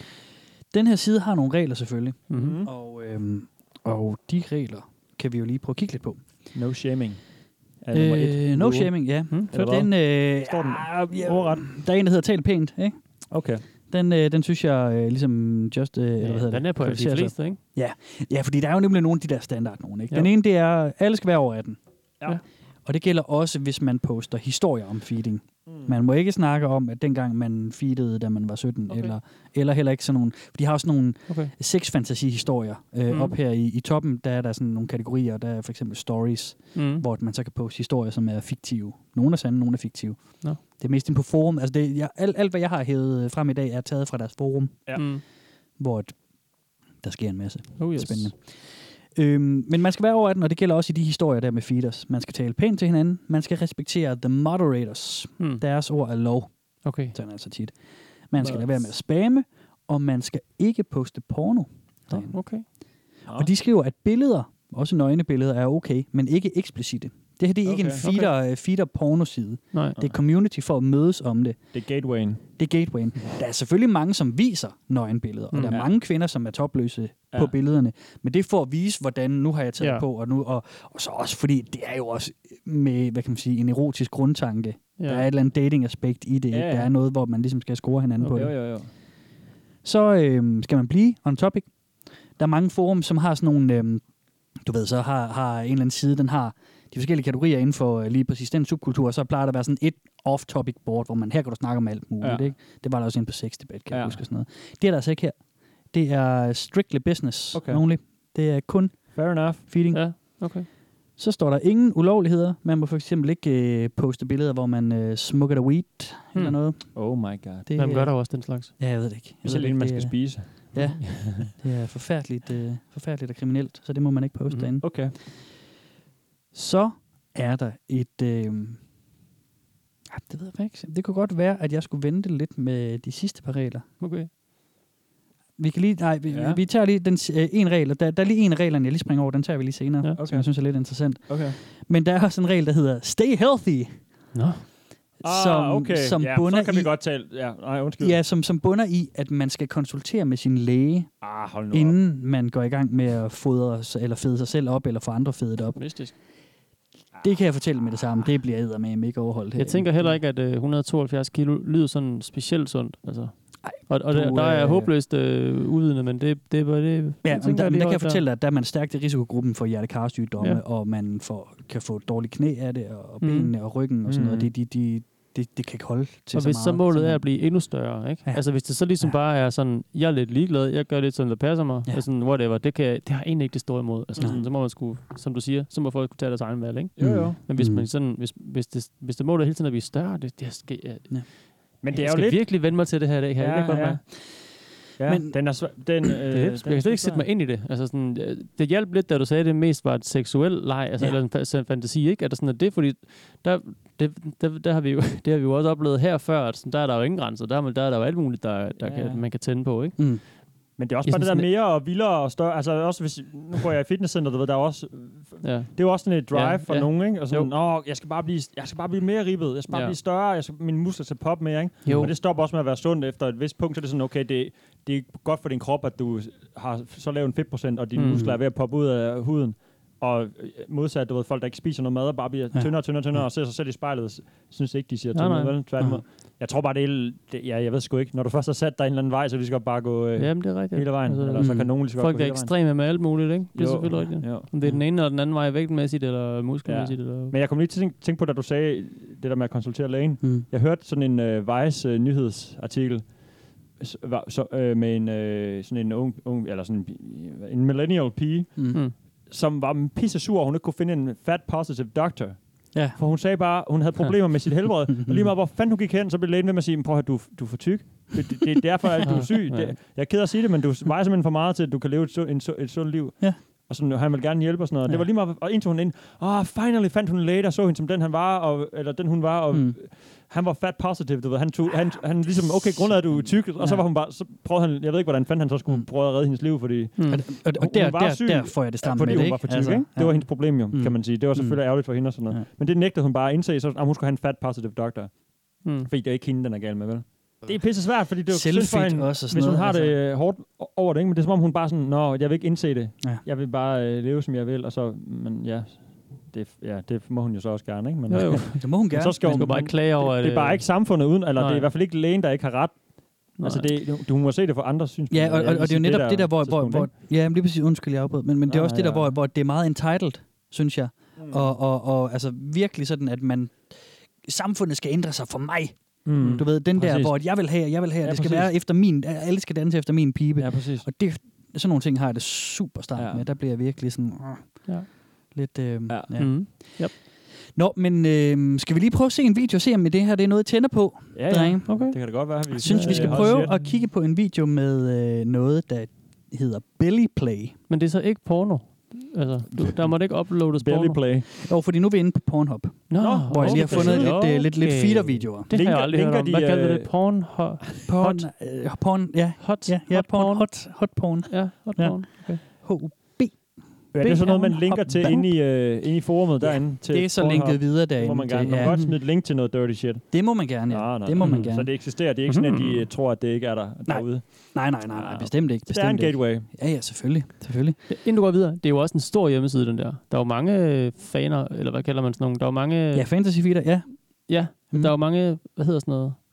Den her side har nogle regler selvfølgelig. Mm-hmm. Mm. Og, øhm, og de regler kan vi jo lige prøve at kigge lidt på. No shaming. Er nummer et. Øh, no Logo. shaming, ja. Mm, Eller Den, øh, Står den ja, overret? der er en, der hedder Tal Pænt, ikke? Okay. Den, øh, den synes jeg øh, ligesom just... Øh, eller hvad hedder Den det? er på de kvalificerer sig. fleste, ikke? Ja, fordi der er jo nemlig nogle af de der standard nogen, ikke? Ja. Den ene, det er, alle skal være over atten. Ja. Og det gælder også, hvis man poster historier om feeding. Mm. Man må ikke snakke om, at dengang man feedede, da man var sytten, Okay. eller, eller heller ikke sådan nogle... For de har også nogle Okay. sex-fantasi-historier. Øh, Mm. Op her i, i toppen, der er der sådan nogle kategorier. Der er for eksempel stories, Mm. hvor man så kan poste historier, som er fiktive. Nogle er sande, nogle er fiktive. Nå. Det er mest inde på forum. Altså det, jeg, alt, alt, hvad jeg har hævet frem i dag, er taget fra deres forum, Ja. Mm. hvor et, der sker en masse. Oh, yes. Spændende. Øhm, men man skal være over atten, og det gælder også i de historier der med feeders. Man skal tale pænt til hinanden. Man skal respektere the moderators. Mm. Deres ord er lov. Okay. Sådan er så tit. Man skal lade være med at spamme, og man skal ikke poste porno. Nå, okay. Og de skriver, at billeder, også nøgne billeder, er okay, men ikke eksplicite. Det her det er ikke Okay. en feeder, okay. feeder pornoside. Nej. Det er community for at mødes om det. Det er gatewayen. Det er gatewayen. Der er selvfølgelig mange, som viser nøgenbilleder, og Mm. der er Ja. mange kvinder, som er topløse Ja. på billederne. Men det er for at vise, hvordan nu har jeg taget Ja. på, og, nu, og, og så også fordi, det er jo også med, hvad kan man sige, en erotisk grundtanke. Ja. Der er et eller andet dating-aspekt i det. Ja, Ja, ja. Der er noget, hvor man ligesom skal score hinanden Okay. på Jo, det. jo, jo. Så øh, skal man blive on topic. Der er mange forum, som har sådan nogle, øh, du ved, så har, har en eller anden side, den har de forskellige kategorier inden for øh, lige præcis den subkultur, så plejer der at være sådan et off-topic board, hvor man, her kan du snakke om alt muligt, ja. Ikke? Det var der også inde på sexdebat, kan ja. jeg huske sådan noget. Det er der altså ikke her. Det er strictly business okay. only. Det er kun fair enough. Feeding. Ja, okay. Så står der ingen ulovligheder. Man må for eksempel ikke øh, poste billeder, hvor man øh, smukker der weed hmm. eller noget. Oh my god. Det, Hvem gør der også den slags? Ja, jeg ved det ikke. Jeg Selv inden man skal er, spise. Ja, det er forfærdeligt, øh, forfærdeligt og kriminelt, så det må man ikke poste mm. derinde. Okay. Så er der et... Øh, det ved jeg ikke. Det kunne godt være, at jeg skulle vente lidt med de sidste par regler. Okay. Vi kan lige, nej, vi, ja. vi tager lige den, øh, en regel, der, der er lige en af reglerne, jeg lige springer over, den tager vi lige senere, ja, okay. som jeg synes er lidt interessant. Okay. Men der er også en regel, der hedder Stay Healthy. Nå. Som, ah, okay. som ja, bunder så kan i, vi godt tale. Ja, nej, undskyld. Ja, som, som bunder i, at man skal konsultere med sin læge, ah, hold nu inden op. man går i gang med at fodre eller fede sig selv op, eller få andre fedet op. Mystisk. Det kan jeg fortælle med det samme. Det bliver eddermame ikke overholdt her. Jeg tænker heller ikke, at uh, et hundrede og tooghalvfjerds kilo lyder sådan specielt sundt. Altså. Ej, og og du, der, der er jeg håbløst øh, uvidende, men det, det er bare det. Ja, men der, men der kan jeg fortælle dig, der. at der er man stærkt i risikogruppen for hjertekarsygdomme, ja. og man får, kan få dårlige knæ af det, og benene mm. og ryggen og sådan mm. noget. Det de, de, de, de kan ikke holde til og så hvis meget. så målet er at blive endnu større, ikke? Ja. Altså hvis det så ligesom ja. bare er sådan, jeg er lidt ligeglad, jeg gør lidt sådan, der passer mig, ja. sådan, whatever, det, kan, det har egentlig ikke det store imod. Altså sådan, så må man sgu, som du siger, så må folk tage deres egen valg, ikke? Jo, jo. Men hvis mm. man sådan, hvis, hvis, det, hvis det målet er hele tiden at blive større, det, det skal, jeg, ja. Men det er jeg jo skal lidt... virkelig vende mig til det her i dag. Ja, det godt ja. Ja, men den er sv- den, øh, det, jeg kan slet ikke sætte mig ind i det. Altså sådan, det hjalp lidt, da du sagde, at det mest var et seksuel leg, altså, ja. eller en fantasi, ikke? Er der sådan, at det, fordi der, det, der, der har vi jo, det har vi jo også oplevet her før, at sådan, der er der jo ingen grænser. Der, der er der jo alt muligt, der, der ja. kan, man kan tænde på, ikke? Mm. Men det er også bare det der mere og vildere og større. Altså også hvis nu går jeg i fitnesscenter, du ved, der er også ja. det er jo også sådan et drive ja, for ja. nogen, ikke? Og sådan, åh, jeg skal bare blive jeg skal bare blive mere ribbet. Jeg skal bare ja. blive større. Jeg skal, mine muskler skal poppe mere, ikke? Jo. Og det stopper også med at være sundt efter et vist punkt, så det er sådan okay, det det er godt for din krop, at du har så lav en fedtprocent og dine mm. muskler er ved at poppe ud af huden. Og modsat, du ved, folk der ikke spiser noget mad og bare bliver ja. tyndere og tyndere og tyndere ja. og ser sig selv i spejlet, synes ikke de siger tyndere, vel? Tværtimod. Jeg tror bare, det er... Det, ja, jeg ved sgu ikke. Når du først har sat dig en eller anden vej, så vi skal bare gå øh, Jamen, det er rigtigt. hele vejen. Altså, eller så kan nogen lige så godt folk gå er ekstreme med alt muligt, ikke? Det er jo, selvfølgelig rigtigt. Jo. Om det er den ene eller den anden vej, vægtmæssigt eller muskelmæssigt. Ja. Eller... Men jeg kom lige til at tænke, tænke på, da du sagde det der med at konsultere lægen. Mm. Jeg hørte sådan en øh, Vice øh, nyhedsartikel så, så, øh, med en, øh, sådan en ung, ung eller sådan en, en millennial pige, mm. som var pisse sur, hun ikke kunne finde en fat positive doctor. Ja. For hun sagde bare, hun havde problemer med sit helbred. Og lige meget hvor fanden hun gik hen, så blev lægen ved med at sige, prøv at du, du er for tyk. Det, det, det er derfor, at du er syg. Det, jeg er ked af at sige det, men du vejer simpelthen for meget til, at du kan leve et, et, et, et sundt liv. Ja. Og sådan, han ville gerne hjælpe og sådan noget. Ja. Det var lige meget, og indtil hun ind, åh, oh, finally fandt hun en læge, der så hende som den han var, og, eller den hun var, og mm. han var fat positive, du ved. Han, tog, han, han ligesom, okay, grundet at du er tyk, og så var hun bare, så prøvede han, jeg ved ikke, hvordan fandt han så skulle prøve at redde hendes liv, fordi mm. og, og, og der, der, syg, der får jeg det stramt med det, fordi hun var for tyk, altså, ikke? Det var ja. hendes problem jo, mm. kan man sige. Det var selvfølgelig mm. ærgerligt for hende og sådan noget. Ja. Men det nægtede hun bare at indse, så at hun skulle have en fat positive doctor. Mm. Fordi det er ikke hende, den er gal med, vel? Det er pisse svært, fordi det er jo synd for hende, også hvis hun noget, har det altså. hårdt over det, ikke? Men det er som om hun bare sådan, nå, jeg vil ikke indse det. Ja. Jeg vil bare øh, leve, som jeg vil, og så, men ja, det, ja, det må hun jo så også gerne, ikke? Men, jo, jo. Det må hun gerne. Så skal hun bare klage over det. Det er bare ikke samfundet uden, eller nej. Det er i hvert fald ikke lægen, der ikke har ret. Nej. Altså, det, du må se det for andre synspunkter. Ja, og, og, og, og det er jo netop det der, det der hvor, hvor, hvor ja, lige præcis, undskyld, jeg afbrød, men, men det er også ja, det der, hvor, hvor det er meget entitled, synes jeg. Mm. Og, og, og altså virkelig sådan, at man, samfundet skal ændre sig for mig. Mm. Du ved, den præcis. Der, hvor jeg vil have, jeg vil have, ja, det skal præcis. Være efter min, alle skal danse efter min pibe. Ja, præcis. Og det, sådan nogle ting har jeg det super start ja. Med. Der bliver jeg virkelig sådan, uh, ja. lidt, øh, ja. Ja. Mm. Yep. Nå, men øh, skal vi lige prøve at se en video og se, om det her det er noget, I tænder på? Ja, ja. Okay. Det kan det godt være. Vi jeg synes, vi skal prøve at kigge på en video med øh, noget, der hedder Belly Play. Men det er så ikke porno? Altså, du, der må det ikke uploades porno. Play. Jo, fordi nu er vi inde på Pornhub. Nå, hvor okay. Jeg lige har fundet lidt, okay. lidt, lidt feeder-videoer. Det linker, har jeg aldrig hørt om. Hvad de, kalder det? Porn? Ho- porn, uh, porn, ja. Hot, ja, ja, hot porn. porn. Hot, hot porn. Ja, hot ja. porn. Okay. H U B. Ja, det er sådan noget, man linker til inde i, uh, inde i forumet ja, derinde. Til det er så Pornhub. Linket videre derinde. Må man gerne. Til, man ja. kan godt smide et link til noget dirty shit. Det må man gerne, ja. Ah, det må man gerne. Så det eksisterer. Det er ikke sådan, at de tror, at det ikke er der nej. Derude. Nej, nej, nej, nej. Bestemt ikke. Bestemt det er en gateway. Ikke. Ja, ja, selvfølgelig. selvfølgelig. Inden du går videre, det er jo også en stor hjemmeside, den der. Der er jo mange faner, eller hvad kalder man sådan nogle? Der er jo mange... Ja, fantasy feeder, ja. Ja, mm. der er jo mange, hvad hedder sådan noget?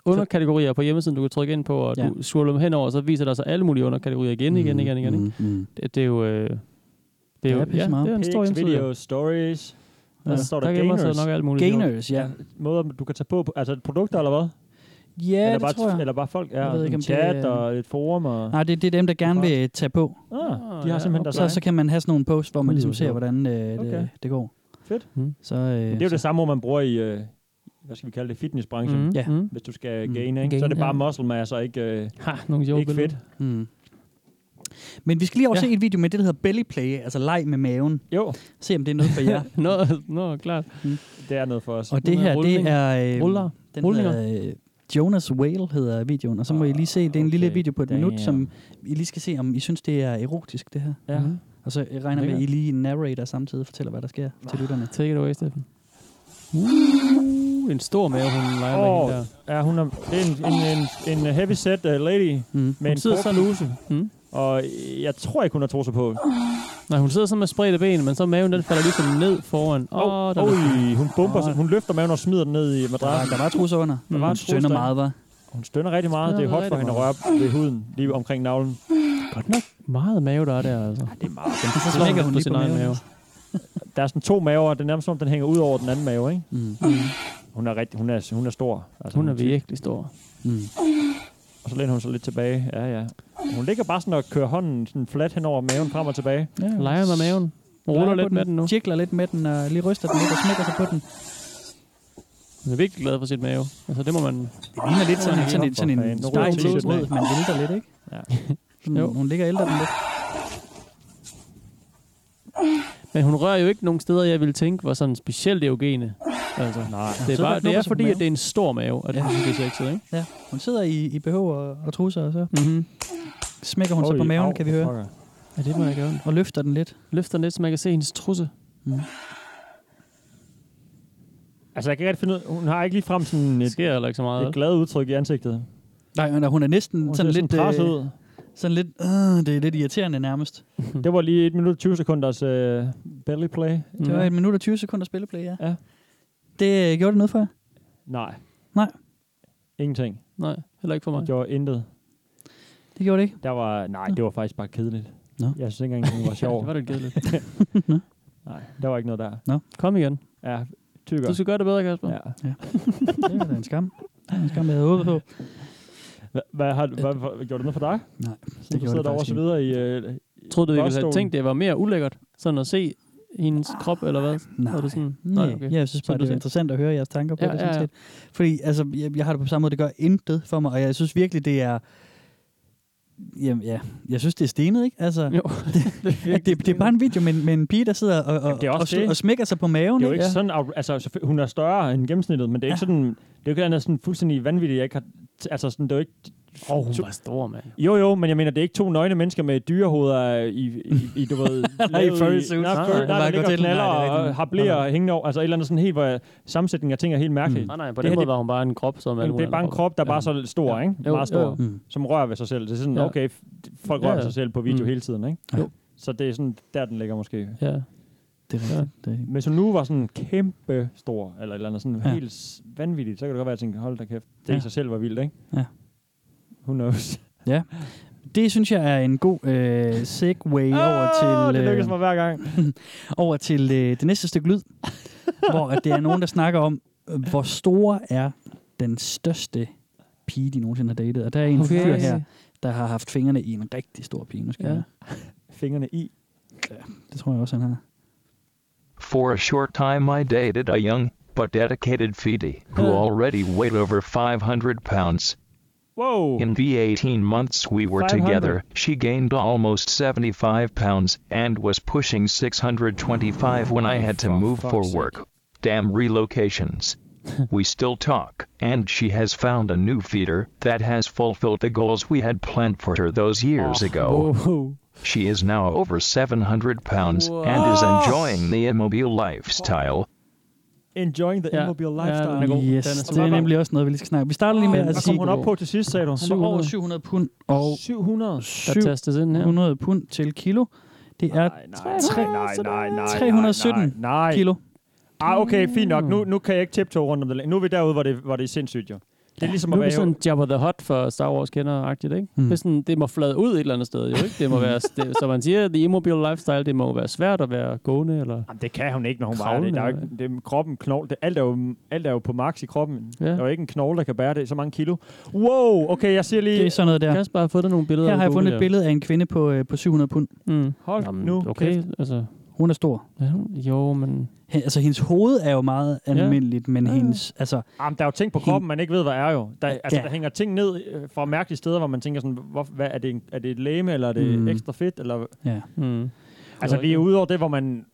underkategorier på hjemmesiden, du kan trykke ind på, og ja. du scroller dem henover, så viser der sig alle mulige underkategorier igen, igen, igen, igen. igen. Mm, mm. Det, det er jo... Øh, det er jo, ja, det er en stor hjemmeside. Video, stories. Ja, der står der, der gainers. Nok alt muligt. Gainers, ja. Måder, du kan tage på, altså produkter eller hvad? Ja, eller det bare, tror jeg. Eller bare folk, ja, jeg ved ikke, en om chat det, og et forum. Og nej, det, det er dem, der gerne vil tage på. Ah, de har ja, simpelthen okay. der så, så kan man have sådan nogle posts, hvor man ligesom uh, ser, hvordan øh, okay. det, det går. Fedt. Mm. Så, øh, det er jo så. det samme, hvor man bruger i, øh, hvad skal vi kalde det, fitnessbranchen. Mm. Ja. Mm. Hvis du skal Mm. gaine, ikke? Gain, så er det bare ja. muscle mass og ikke, øh, ha, nogle ikke fedt. Mm. Men vi skal lige også ja. se et video med det, der hedder belly play, altså leg med maven. Jo. Se, om det er noget for jer. Nå, nå, klart. Mm. Det er noget for os. Og det her, Rulling. det er... Øh, Ruller. den Rullinger. hedder, øh, Jonas Whale hedder videoen, og så må I lige se, det er en okay. lille video på et Damn. minut, som I lige skal se, om I synes, det er erotisk, det her. Ja. Mm. Og så jeg regner med, at I lige narrator samtidig og fortæller, hvad der sker til lytterne. Take it away, Steffen. Uh, en stor mave, hun leger Åh, med hende der. ja, hun er, det er en, en, en, en heavy set uh, lady Mm. med Hun en sidder kort sådan- bluse. Mm. Og jeg tror ikke, hun har trusser på. Nej, hun sidder sådan med spredte ben, men så maven den falder ligesom ned foran. Åh, Åh, oh, der oh, er hun bumper, Åh. sig. Hun løfter maven og smider den ned i Der, madrassen. der var trusser under. Der var Hun en stønner trus meget, var. Hun stønner rigtig meget. Det er Stønner hot for rigtig hende at røre ved huden, lige omkring navlen. godt nok meget mave, der er der, altså. Det er meget. Så slår smækker hun hun på lige sin på egen maven. mave. Der er sådan to maver, det er nærmest som om, den hænger ud over den anden mave, ikke? Mm. Mm. Hun er, rigtig, hun er, hun er stor. Altså, Hun er tyk. virkelig stor. Mm. Og så læner hun sig lidt tilbage. Ja, ja. Hun ligger bare sådan og kører hånden sådan flat hen over maven, frem og tilbage. Ja, Leger med maven. Hun ruller lidt med den nu. Tjekler lidt med den, og lige ryster den lidt og smækker sig på den. Hun er virkelig glad for sit mave. Altså, det må man... Det ligner lidt sådan, en- sådan, en, sådan en Nu ruller hun steg til t-shirten af. brød, man vælter lidt, ikke? Ja. Sådan, Jo. hun ligger og ælter den lidt. Men hun rører jo ikke nogen steder, jeg ville tænke, var sådan specielt erogene. Altså, Nej. det er, Så bare, der det knupper er sig på fordi, maven. at det er en stor mave, at Ja. ja. hun bliver sexet, ikke? Ja, hun sidder i, i B H og, og trusser, og så Mm-hmm. smækker hun sig Oj, på maven, au, kan vi høre. pokker. Ja, det må jeg gøre. Og løfter den lidt. Løfter den lidt, så man kan se hendes trusse. Mm. Altså, jeg kan ikke rigtig finde ud. Hun har ikke lige frem sådan Det et, sker heller ikke så meget. et glad udtryk i ansigtet. Nej, men hun er næsten Hun sådan ser lidt... sådan presset øh, ud. Sådan lidt... Øh, det er lidt irriterende nærmest. Det var lige et minut og tyve sekunders øh, belly play. Det var et minut og tyve sekunder spilleplay, ja. Ja. Det øh, gjorde det noget for jer? Nej. Nej. Ingenting. Nej, heller ikke for mig. Det gjorde intet. Det gjorde det ikke? Der var, nej, det var faktisk bare kedeligt. Nå. Jeg synes ikke engang, det var sjov. Det var det kedeligt. Nej, der var ikke noget der. Kom igen. Ja, tykker. Du skal gøre det bedre, Kasper. Ja. Det er da en skam. Det er en skam, jeg havde håbet på. Hvad, hvad har du, hvad, hvad, gjorde det noget for dig? Nej, Så det du gjorde sidder det derovre og faktisk så videre i... Øh, Troede du, I ville have Bosstolen. Ah. tænkt, det var mere ulækkert? Sådan at se hendes krop, eller hvad? Nej. Var det sådan? Nej, okay. jeg synes bare, Som du det er siger. interessant at høre jeres tanker på Ja, det. ja, Sådan ja. set. Fordi altså, jeg, jeg har det på samme måde, det gør intet for mig, og jeg synes virkelig, det er... Jamen, ja, jeg synes, det er stenet, ikke? Altså, Jo, det, det, det er bare en video med, med en pige, der sidder og, og, Jamen, det er og, også og, det. og smækker sig på maven. Det er jo ikke Ja. sådan, af- altså selvfø- hun er større end gennemsnittet, men det er Ja. ikke sådan, det er jo ikke andet sådan fuldstændig vanvittigt, jeg ikke har, t- altså sådan, det er jo ikke, Åh, oh, hun var stor, mand. jo jo, men jeg mener, det er ikke to nøgne mennesker med dyrehoveder i, i, i du ved, Nej, i lavet fursuits. nej, Nej, fur, nej, nej, bare der gå ligger til. knaller Nej, det er og rigtigt. har blæer hængende over, altså et eller andet sådan helt, hvor sammensætningen af ting er helt mærkeligt. Nej, nej, på Det den her, måde det- var hun bare en krop, som alle Det er mulige bare en andre krop, der er bare Ja. så stor, Ja. ikke? Jo, Meget stor, jo. Mm. som rører ved sig selv. Det er sådan, Ja. okay, f- folk Ja, rører ved ja. sig selv på video Mm. hele tiden, ikke? Jo. Så det er sådan, der den ligger måske. Ja. Det er rigtigt. Det er, Hvis hun nu var sådan kæmpe stor, eller et eller andet sådan Ja. ja. helt s- vanvittigt, så kan det godt være, at jeg tænker, hold da kæft, det Ja. ja. i sig selv var vildt, ikke? Ja. Who knows? ja. Det synes jeg er en god øh, segue over til... det lykkes øh, mig hver gang. over til øh, det næste stykke lyd, hvor at det er nogen, der snakker om, øh, hvor store er den største pige, de nogensinde har datet. Og der er en Okay. fyr her, der har haft fingrene i en rigtig stor pige. Nu skal Ja. jeg. Fingrene i. Det tror jeg også, han har. For a short time I dated a young, but dedicated feedie, who Uh. already weighed over five hundred pounds. Wow! In the eighteen months we were five hundred. together, she gained almost seventy-five pounds, and was pushing six hundred twenty-five when I had to For move fuck's for sake. work. Damn relocations. We still talk, and she has found a new feeder that has fulfilled the goals we had planned for her those years Oh. ago. Wow. She is now over seven hundred pounds Wow. and is enjoying the immobile lifestyle. Enjoying the Ja. immobile Ja, lifestyle. den er god. Yes, Den er det er super. nemlig også noget, vi lige skal snakke. Vi starter lige med Den at er sige, Hvad kom hun op på til sidst, sagde du? hun var over syv hundrede pund og syv hundrede? Der tastes ind her. syv hundrede pund til kilo. Det er Nej, nej, nej, nej, nej, tre hundrede og sytten nej, nej. kilo. Ah, okay, fint nok. Nu, nu kan jeg ikke tiptoe rundt om det. Nu er vi derude, hvor det, hvor det er sindssygt, jo. Det er ligesom nu at er vi være... sådan Jabba the Hutt for Star Wars kender-agtigt, ikke? Mm. Det, er sådan, det må flade ud et eller andet sted, jo ikke? Det må være, det, så man siger, the immobile lifestyle, det må være svært at være gående, eller... Jamen, det kan hun ikke, når hun vejer Kravlende, det. Der er jo ikke, det er kroppen, knogle, det, alt, er jo, alt er jo på max i kroppen. Ja. Der er jo ikke en knogle, der kan bære det så mange kilo. Wow, okay, jeg siger lige... Det er sådan noget der. Kasper har fået nogle billeder. Her har jeg fundet et der. billede af en kvinde på, øh, på syv hundrede pund. Mm. Hold Jamen, nu okay, kæft. altså... Hun er stor. Ja, jo, men... H- altså, hendes hoved er jo meget almindeligt, men Ja. hendes... Altså, Jamen, der er jo ting på Hende- kroppen, man ikke ved, hvad er jo. Der, altså, Ja. der hænger ting ned øh, fra mærkelige steder, hvor man tænker sådan, hvor, hvad, er, det en, er det et læme, eller er det Mm. mm. ekstra fedt? Eller, ja. Mm. altså, vi er ude over det, hvor man...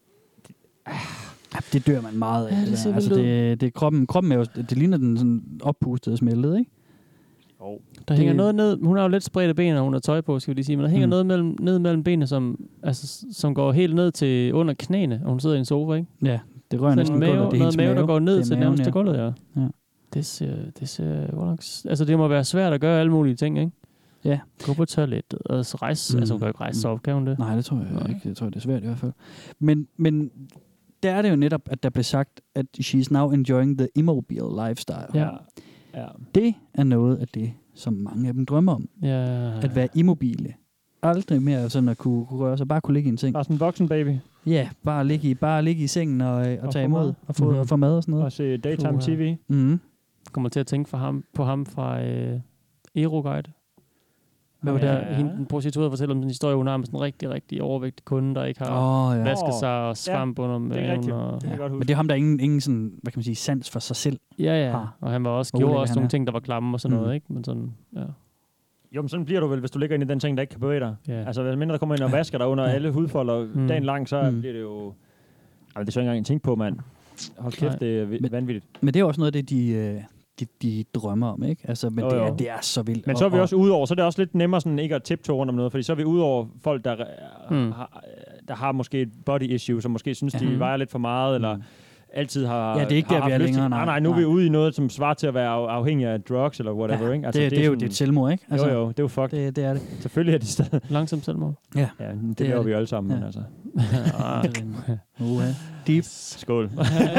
Ja, det dør man meget af. Ja, Ja, det det, ser der. Altså, vildt ud. det, det, kroppen, kroppen er jo... Det ligner den sådan oppustede smeltet, ikke? Jo. Der hænger Det- noget ned... Hun har jo lidt spredte ben, og hun har tøj på, skal vi lige sige. Men der hænger Mm. noget mellem, ned mellem benene, som, altså, som går helt ned til under knæene, og hun sidder i en sofa, ikke? Ja, det rører Sådan næsten en gulvet. mave, Det er noget hendes mave, der går ned Det er til maven, nærmest ja. til gulvet, ja. Ja. Det ser, det ser godt nok... Altså, det må være svært at gøre alle mulige ting, ikke? Ja. Gå på toilettet og så rejse... Mm. Altså, hun kan jo ikke rejse sig op, kan hun det? Nej, det tror jeg Nej. ikke. Jeg tror, det er svært i hvert fald. Men, men der er det jo netop, at der blev sagt, at she's now enjoying the immobile lifestyle. Ja. Ja. Det er noget af det, som mange af dem drømmer om. Ja. At være immobile. Aldrig mere sådan at kunne, kunne røre sig. Bare kunne ligge i en seng. Bare sådan en voksen baby. Ja, bare ligge i, bare ligge i sengen og, øh, og, Og tage få imod. mad. Og få, Mhm. og få mad og sådan noget. Og se daytime Puha. T V. Mm. Kommer til at tænke for ham, på ham fra øh, Aeroguide. Hvad var Ja. der? Hende, den prostituerede fortæller om en historie, hun har med sådan en rigtig, rigtig overvægtig kunde, der ikke har Åh, ja. vasket Åh, sig og svamp under det er maven. rigtigt. Og, Det kan jeg godt Men huske. det er ham, der ingen, ingen sådan, hvad kan man sige, sans for sig selv. ja, ja. har. Og han var også, Hvor gjorde ulækker også han nogle er. ting, der var klamme og sådan Mm. noget, ikke? Men sådan, ja. Jo, men sådan bliver du vel, hvis du ligger inde i den ting, der ikke kan bevæge dig. Ja. Altså, hvis mindre der kommer ind og vasker dig under Ja. alle hudfolder Mm. dagen lang, så Mm. bliver det jo... Jamen, det er så ikke engang en ting på, mand. Hold kæft, Nej. det er vi- Men- vanvittigt. Men det er også noget af det, de, øh, de, de drømmer om, ikke? Altså, men Jo, det, er, jo. det er så vildt. Men så er vi også ude over, så er det også lidt nemmere sådan ikke at tiptoe rundt om noget, fordi så er vi ude over folk, der, Mm. mm. har, der har måske et body issue, som måske synes, Ja. de Mm. vejer lidt for meget, eller altid har... Ja, det er ikke har der, vi haft er lyst til- længere, Nej, nej. nej, nu er Nej. vi ude i noget, som svarer til at være af- afhængig af drugs, eller whatever, ja, ikke? Altså, det, det, er jo det er et selvmord, ikke? Altså, jo, jo, det er jo fucked. Det, det er det. Selvfølgelig er det stadig... Langsomt selvmord. Ja, Ja, det, det det er laver det. vi jo alle sammen, Ja. men altså... Ah, Uh, deep. Skål.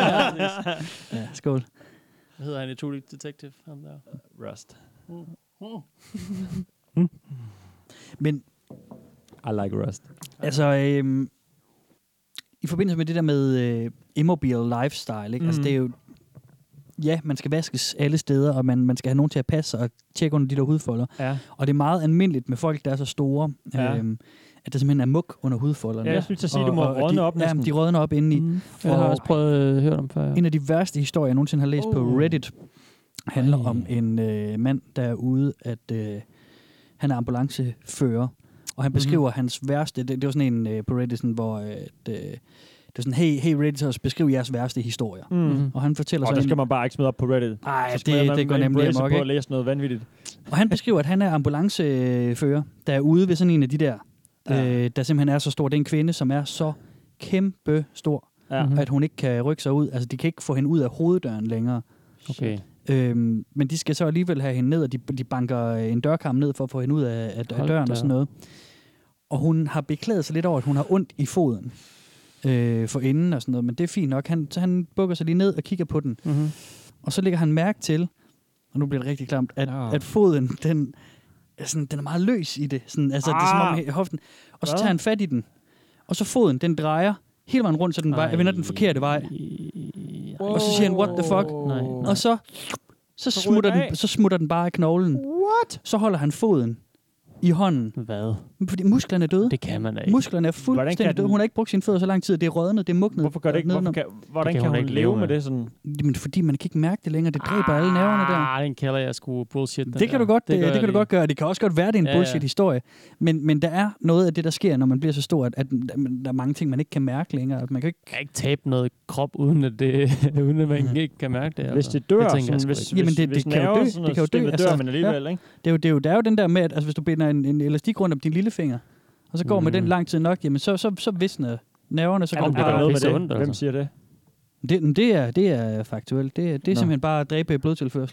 Ja, skål. Hvad hedder han i True Detective? Ham der. Rust. Men I like Rust. altså, øhm, i forbindelse med det der med øh, immobile lifestyle, ikke? Mm. Altså, Mm. det er jo... Ja, man skal vaskes alle steder, og man, man skal have nogen til at passe og tjekke under de der hudfolder. Ja. Og det er meget almindeligt med folk, der er så store, Ja. øhm, at der simpelthen er muk under hudfolderne. Ja, jeg skulle til at sige, du må og rådne de, op ja, næsten. men de rådner op indeni. Mm. Jeg har Og- også prøvet at høre om før. Ja. En af de værste historier, jeg nogensinde har læst oh. på Oh. Reddit, handler Ej. om en øh, mand, der er ude, at øh, han er ambulancefører, og han beskriver mm-hmm. hans værste, det, det var sådan en øh, på Reddit, sådan, hvor øh, det, det er sådan, hey, hey Redditors, beskriv jeres værste historier. Mm. Mhm. Og han fortæller Og så der en- skal man bare ikke smide op på Reddit. Ej, Så smider det, man det går en nemlig bracer amok, på ikke? at læse noget vanvittigt. Og han beskriver, at han er ambulancefører, der er ude ved sådan en af de der, Ja. øh, der simpelthen er så stor. Det er en kvinde, som er så kæmpe stor, Ja. Mhm. at hun ikke kan rykke sig ud. Altså, de kan ikke få hende ud af hoveddøren længere. Okay. Øhm, men de skal så alligevel have hende ned, og de, de banker en dørkarm ned for at få hende ud af, af, af Hold døren da og sådan noget. Og hun har beklaget sig lidt over, at hun har ondt i foden øh, for enden og sådan noget, men det er fint nok. Han, så han bukker sig lige ned og kigger på den. Mm-hmm. Og så lægger han mærke til, og nu bliver det rigtig klamt, at, Ja. at foden, den er, sådan, den er meget løs i det. Sådan, altså, ah. det er som om Ah. i hoften. Og så Hvad? tager han fat i den. Og så foden, den drejer hele vejen rundt, så den vej, vender den forkerte vej. Og så siger han, what the fuck? Nej, nej. Og så, så, Så smutter ryger den den, så smutter den bare af knoglen. What? Så holder han foden i hånden. Hvad? Fordi musklerne er døde. Det kan man da ikke. Musklerne er Hvordan kan fuldstændig døde. den- Hun har ikke brugt sine fødder så lang tid. Det er rødnet, det er mugnet. Hvorfor gør det ikke? Hvorfor kan, hvordan kan kan hun hun ikke leve leve med med. det sådan? Jamen, fordi man kan ikke mærke det længere. Det dræber alle nerverne der. Ah, den kalder jeg sgu bullshit. den Det kan der. du godt, det, gør det, jeg det kan du lige. godt gøre. Det kan også godt være, det er en Ja, ja. bullshit-historie. Men, men der er noget af det, der sker, når man bliver så stor, at, at der er mange ting, man ikke kan mærke længere. At man kan ikke... Jeg kan ikke tabe noget krop, uden at, det, uden at man ikke kan mærke det. Hvis altså. det dør, Det tænker jeg sådan, sgu hvis, ikke. Jamen, hvis, det- hvis det kan jo nerver dø. sådan Det kan jo dø, systemet dør altså. man alligevel, ikke? Det er jo, det er jo, der er jo den der med, at altså, hvis du binder en, en elastik rundt om din lillefinger, og så går mm. med den lang tid nok, jamen så, så, så visner nerverne, så Er går der det bare... gør noget med pisse det? ondt, Hvem altså. siger det? Det, men det, er, det er faktuelt. Det, det er Nå. simpelthen bare at dræbe blodtilførselen.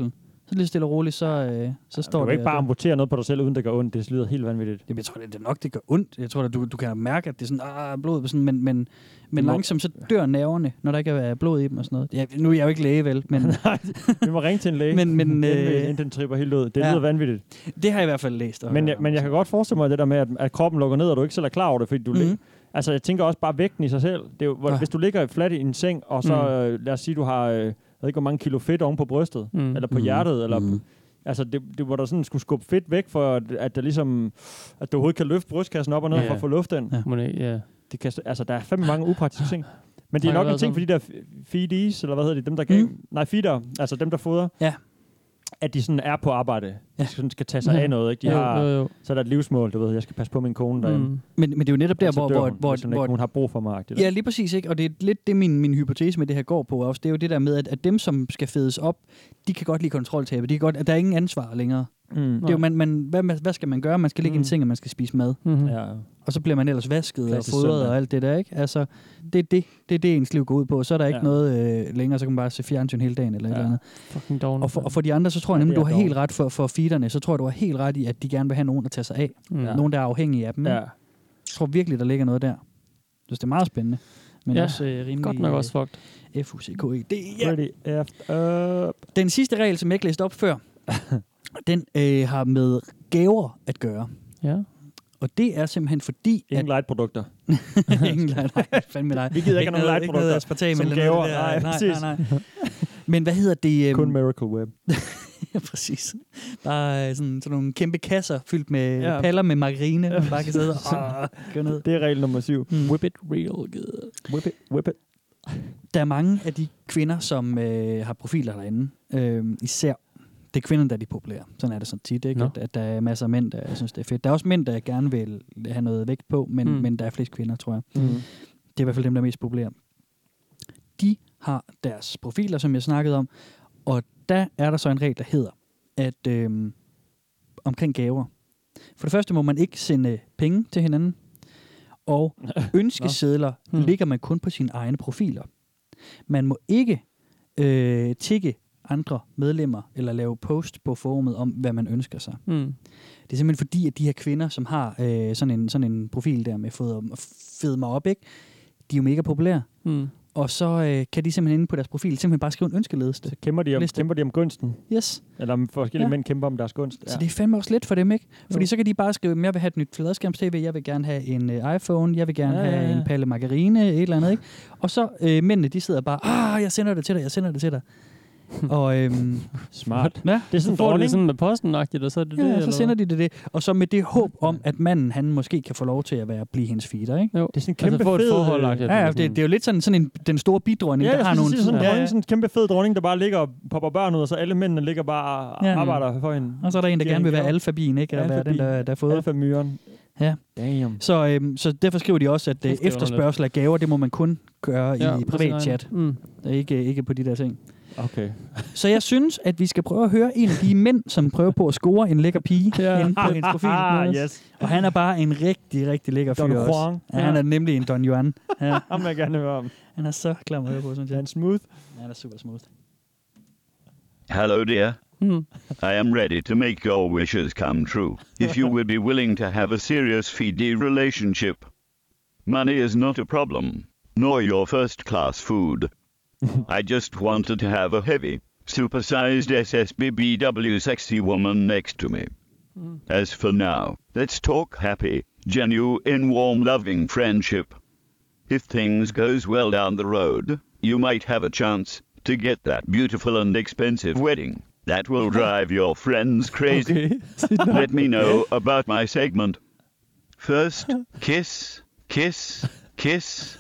Så lige stille og roligt, så, øh, så står Du det... kan ikke bare amputere noget på dig selv, uden det gør ondt. Det lyder helt vanvittigt. Jeg tror, det er nok, det gør ondt. Jeg tror, at du, du kan mærke, at det er sådan, ah, blod, sådan, men, men, men må... langsomt så dør nerverne, når der ikke er blod i dem og sådan noget. Ja, nu er jeg jo ikke læge, vel? Men... Nej, vi må ringe til en læge, men, men, øh... øh... den tripper helt ud. Det ja. lyder vanvittigt. Det har jeg i hvert fald læst. Men jeg, men jeg kan godt forestille mig det der med, at, at kroppen lukker ned, og du ikke selv er klar over det, fordi du mm-hmm. Altså, jeg tænker også bare vægten i sig selv. Det er jo, hvor, ja. Hvis du ligger fladt i en seng, og så, mm. øh, lad os sige, du har, øh, jeg ved ikke, hvor mange kilo fedt oven på brystet, mm. eller på mm. hjertet, eller... Mm. Altså, det, det hvor der sådan skulle skubbe fedt væk, for at, at, der ligesom, at du overhovedet kan løfte brystkassen op og ned, ja. For at få luft ind. Ja. Ja. Det kan, altså, der er fandme mange upraktiske ting. Men det er nok en ting for de der feedies, eller hvad hedder det, dem der gav, mm. nej, feeder, altså dem der fodrer. Ja. At de sådan er på arbejde. Ja. De sådan skal tage sig ja. Af noget, ikke? De jo, har, jo, jo. Så er der et livsmål, du ved, jeg skal passe på min kone derinde. Mm. Men, men det er jo netop der, altså, hvor... hvor, hvor, hun, hvor, hun, hvor hun har brug for mig. Ja, lige præcis, ikke? Og det er lidt det, min, min hypotese med det her går på også. Det er jo det der med, at, at dem, som skal fedes op, de kan godt lide kontroltabet. De kan godt, at der er ingen ansvar længere. Mm. Det er jo, man, man, hvad, hvad skal man gøre? Man skal ligge mm. i en seng, og man skal spise mad. Mm-hmm. Ja. Og så bliver man ellers vasket Klassisk og fodret søndag. Og alt det der, ikke? Altså, det er det, det, er det ens liv går ud på. Så er der ikke ja. Noget øh, længere, så kan man bare se fjernsyn hele dagen eller ja. Et eller andet. Og for, og for de andre, så tror jeg nemlig, ja, du har dog. Helt ret for, for feederne, så tror jeg, du har helt ret i, at de gerne vil have nogen, der tager sig af. Mm. Nogen, der er afhængige af dem. Ja. Jeg tror virkelig, der ligger noget der. Det er meget spændende. Men ja, også øh, rimelig... godt nok også fucked. F U C K E D. Ja. Den sidste regel, som jeg ikke læste op før, den øh, har med gaver at gøre. Ja. Og det er simpelthen fordi... Ingen light-produkter. Ingen light, nej, fandme nej. Vi gider ikke have nogle light-produkter som gaver. Nej, nej, nej, nej. Men hvad hedder det? Kun Miracle Web. Ja, præcis. Bare sådan, sådan nogle kæmpe kasser fyldt med ja. Paller med margarine, man bare kan sidde og gå ned. Det er regel nummer syv. Mm. Whip it real good. Whip it, whip it. Der er mange af de kvinder, som øh, har profiler derinde, øh, især det er kvinderne, der er de populære. Sådan er det sådan tit, ikke? No. At, at der er masser af mænd, der synes, det er fedt. Der er også mænd, der gerne vil have noget vægt på, men, mm. men der er flest kvinder, tror jeg. Mm. Det er i hvert fald dem, der er mest populære. De har deres profiler, som jeg snakkede om, og der er der så en regel, der hedder, at øh, omkring gaver. For det første må man ikke sende penge til hinanden, og ønskesedler no. ligger man kun på sine egne profiler. Man må ikke øh, tikke andre medlemmer, eller lave post på forumet om, hvad man ønsker sig. Mm. Det er simpelthen fordi, at de her kvinder, som har øh, sådan, en, sådan en profil der med fed mig op, ikke? De er jo mega populære. Mm. Og så øh, kan de simpelthen inde på deres profil simpelthen bare skrive en ønskeliste. Så kæmper de om, kæmper de om gunsten? Yes. Eller om forskellige ja. Mænd kæmper om deres gunst. Ja. Så det er fandme også let for dem, ikke? Fordi jo. Så kan de bare skrive, jeg vil have et nyt fladskærms-tv, jeg vil gerne have en uh, iPhone, jeg vil gerne ja, ja, ja. have en palle margarine, et eller andet, ikke? Og så øh, mændene, de sidder bare, ah, jeg sender det til dig, jeg sender det til dig. Og, øhm, smart. Ja, det er sådan, får det sådan med posten-agtigt, og så er det ja, det, så eller? sender de det det. Og så med det håb om, at manden, han måske kan få lov til at være, blive hendes feeder, ikke? Jo. Det er sådan en kæmpe altså, fed... forhold, ja, ja, det, det er jo lidt sådan, sådan en, den store bidronning, ja, der har nogle... Ja, sådan, ja, ja. sådan en kæmpe fed dronning, der bare ligger og popper børn ud, og så alle mændene ligger bare og ja. Arbejder for hende. Og så er der en, der gerne vil være alfabien, ikke? Eller være den, der, der fået. Alfamyren. Ja. Damn. Så, øhm, så derfor skriver de også, at øh, efterspørgsel af gaver, det må man kun gøre ja, i privat chat. Mm. Ikke, ikke på de der ting. Okay. Så jeg synes, at vi skal prøve at høre en af de mænd, som prøver på at score en lækker pige ja. Inde på hendes profil. Ah, yes. Og han er bare en rigtig, rigtig lækker fyr også. Ja, han er nemlig en Don Juan. Ja. Han vil jeg gerne høre om. Han er så klar med at høre på, synes jeg. Han er smooth. Ja, han er super smooth. Hello, dear. Mm. I am ready to make your wishes come true. If you will be willing to have a serious fiddy relationship. Money is not a problem, nor your first-class food. I just wanted to have a heavy, supersized S S B B W sexy woman next to me. Mm. As for now, let's talk happy, genuine, warm, loving friendship. If things goes well down the road, you might have a chance to get that beautiful and expensive wedding that will drive your friends crazy. Okay. Let me know about my segment. First, kiss, kiss, kiss.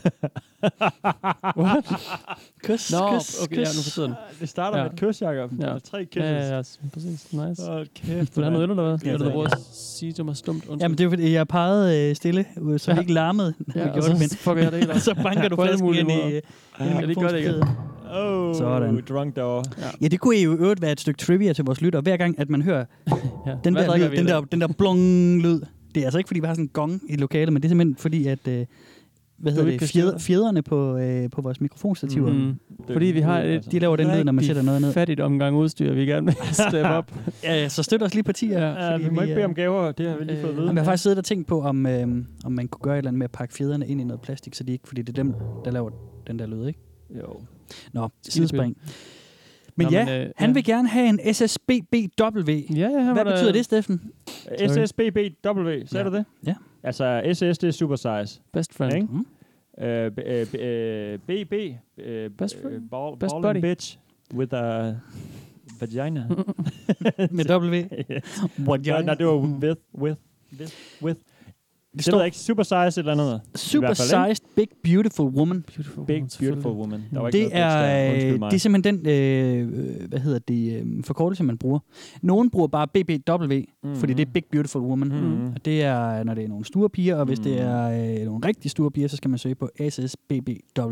What? Kys, Nå, kys, okay, kys. Ja, nu forstår den. Det starter ja. Med et kys, Jacob. Ja. Der tre kisses. Ja, ja, ja, præcis. Nice. Åh, kæft. Vil du have noget eller hvad? Ja, eller du prøver at sige til mig stumt? Undskyld. Jamen, det er fordi, jeg pegede øh, stille, så jeg ikke larmede. Ja, og så fucker jeg det helt op. Så banker du flasken ind i... Ja, det gør det ikke. Oh, sådan. Drunk door. Ja. Ja, det kunne jo i øvrigt være et stykke trivia til vores lytter. Hver gang, at man hører ja. den, der lyd, den, der, den der blong-lyd. Det er altså ikke, fordi vi har sådan en gong i lokalet, men det er simpelthen fordi, at... Øh, hvad Du hedder ikke det, kan styre fjeder, det. fjederne på, øh, på vores mikrofonstativer. Mm. Fordi vi har et De laver den lyd, når man sætter noget ned. fattigt omgang udstyr, vi gerne vil steppe op. Ja, så støt os lige partier. Ja, ja, vi må ikke bede om gaver, det har vi lige fået at vide. Jeg har faktisk siddet og tænkt på, om, øh, om man kunne gøre et eller andet med at pakke fjederne ind i noget plastik, så de ikke, fordi det er dem, der laver den der lyd, ikke? Jo. Nå, sidespring. Men Nå, ja, men, øh, han ja. vil gerne have en S S B B W. Ja, ja, Hvad betyder det, Steffen? S S B B W, sagde Ja. du det? Ja. Altså, S S, det er super size. Best friend. Ikke? Mm. Øh, b- øh, b- øh, B B, øh, Best øh, friend? ball, Best ball and buddy? bitch with a vagina. Med W? Vagina. Nej, det var with, with, with, with. Det, står- det ved jeg ikke, super size et eller andet. Super sized, big, beautiful woman. Beautiful Big, woman, beautiful woman. Der var ikke Det noget er, bogstav. Undskyld øh, mig. det er simpelthen den øh, hvad hedder det, øh, forkortelse, man bruger. Nogen bruger bare B B W, mm-hmm. fordi det er Big Beautiful Woman. Mhm. Og det er, når det er nogle store piger, og hvis Mhm. det er øh, nogle rigtig store piger, så skal man søge på S S B B W.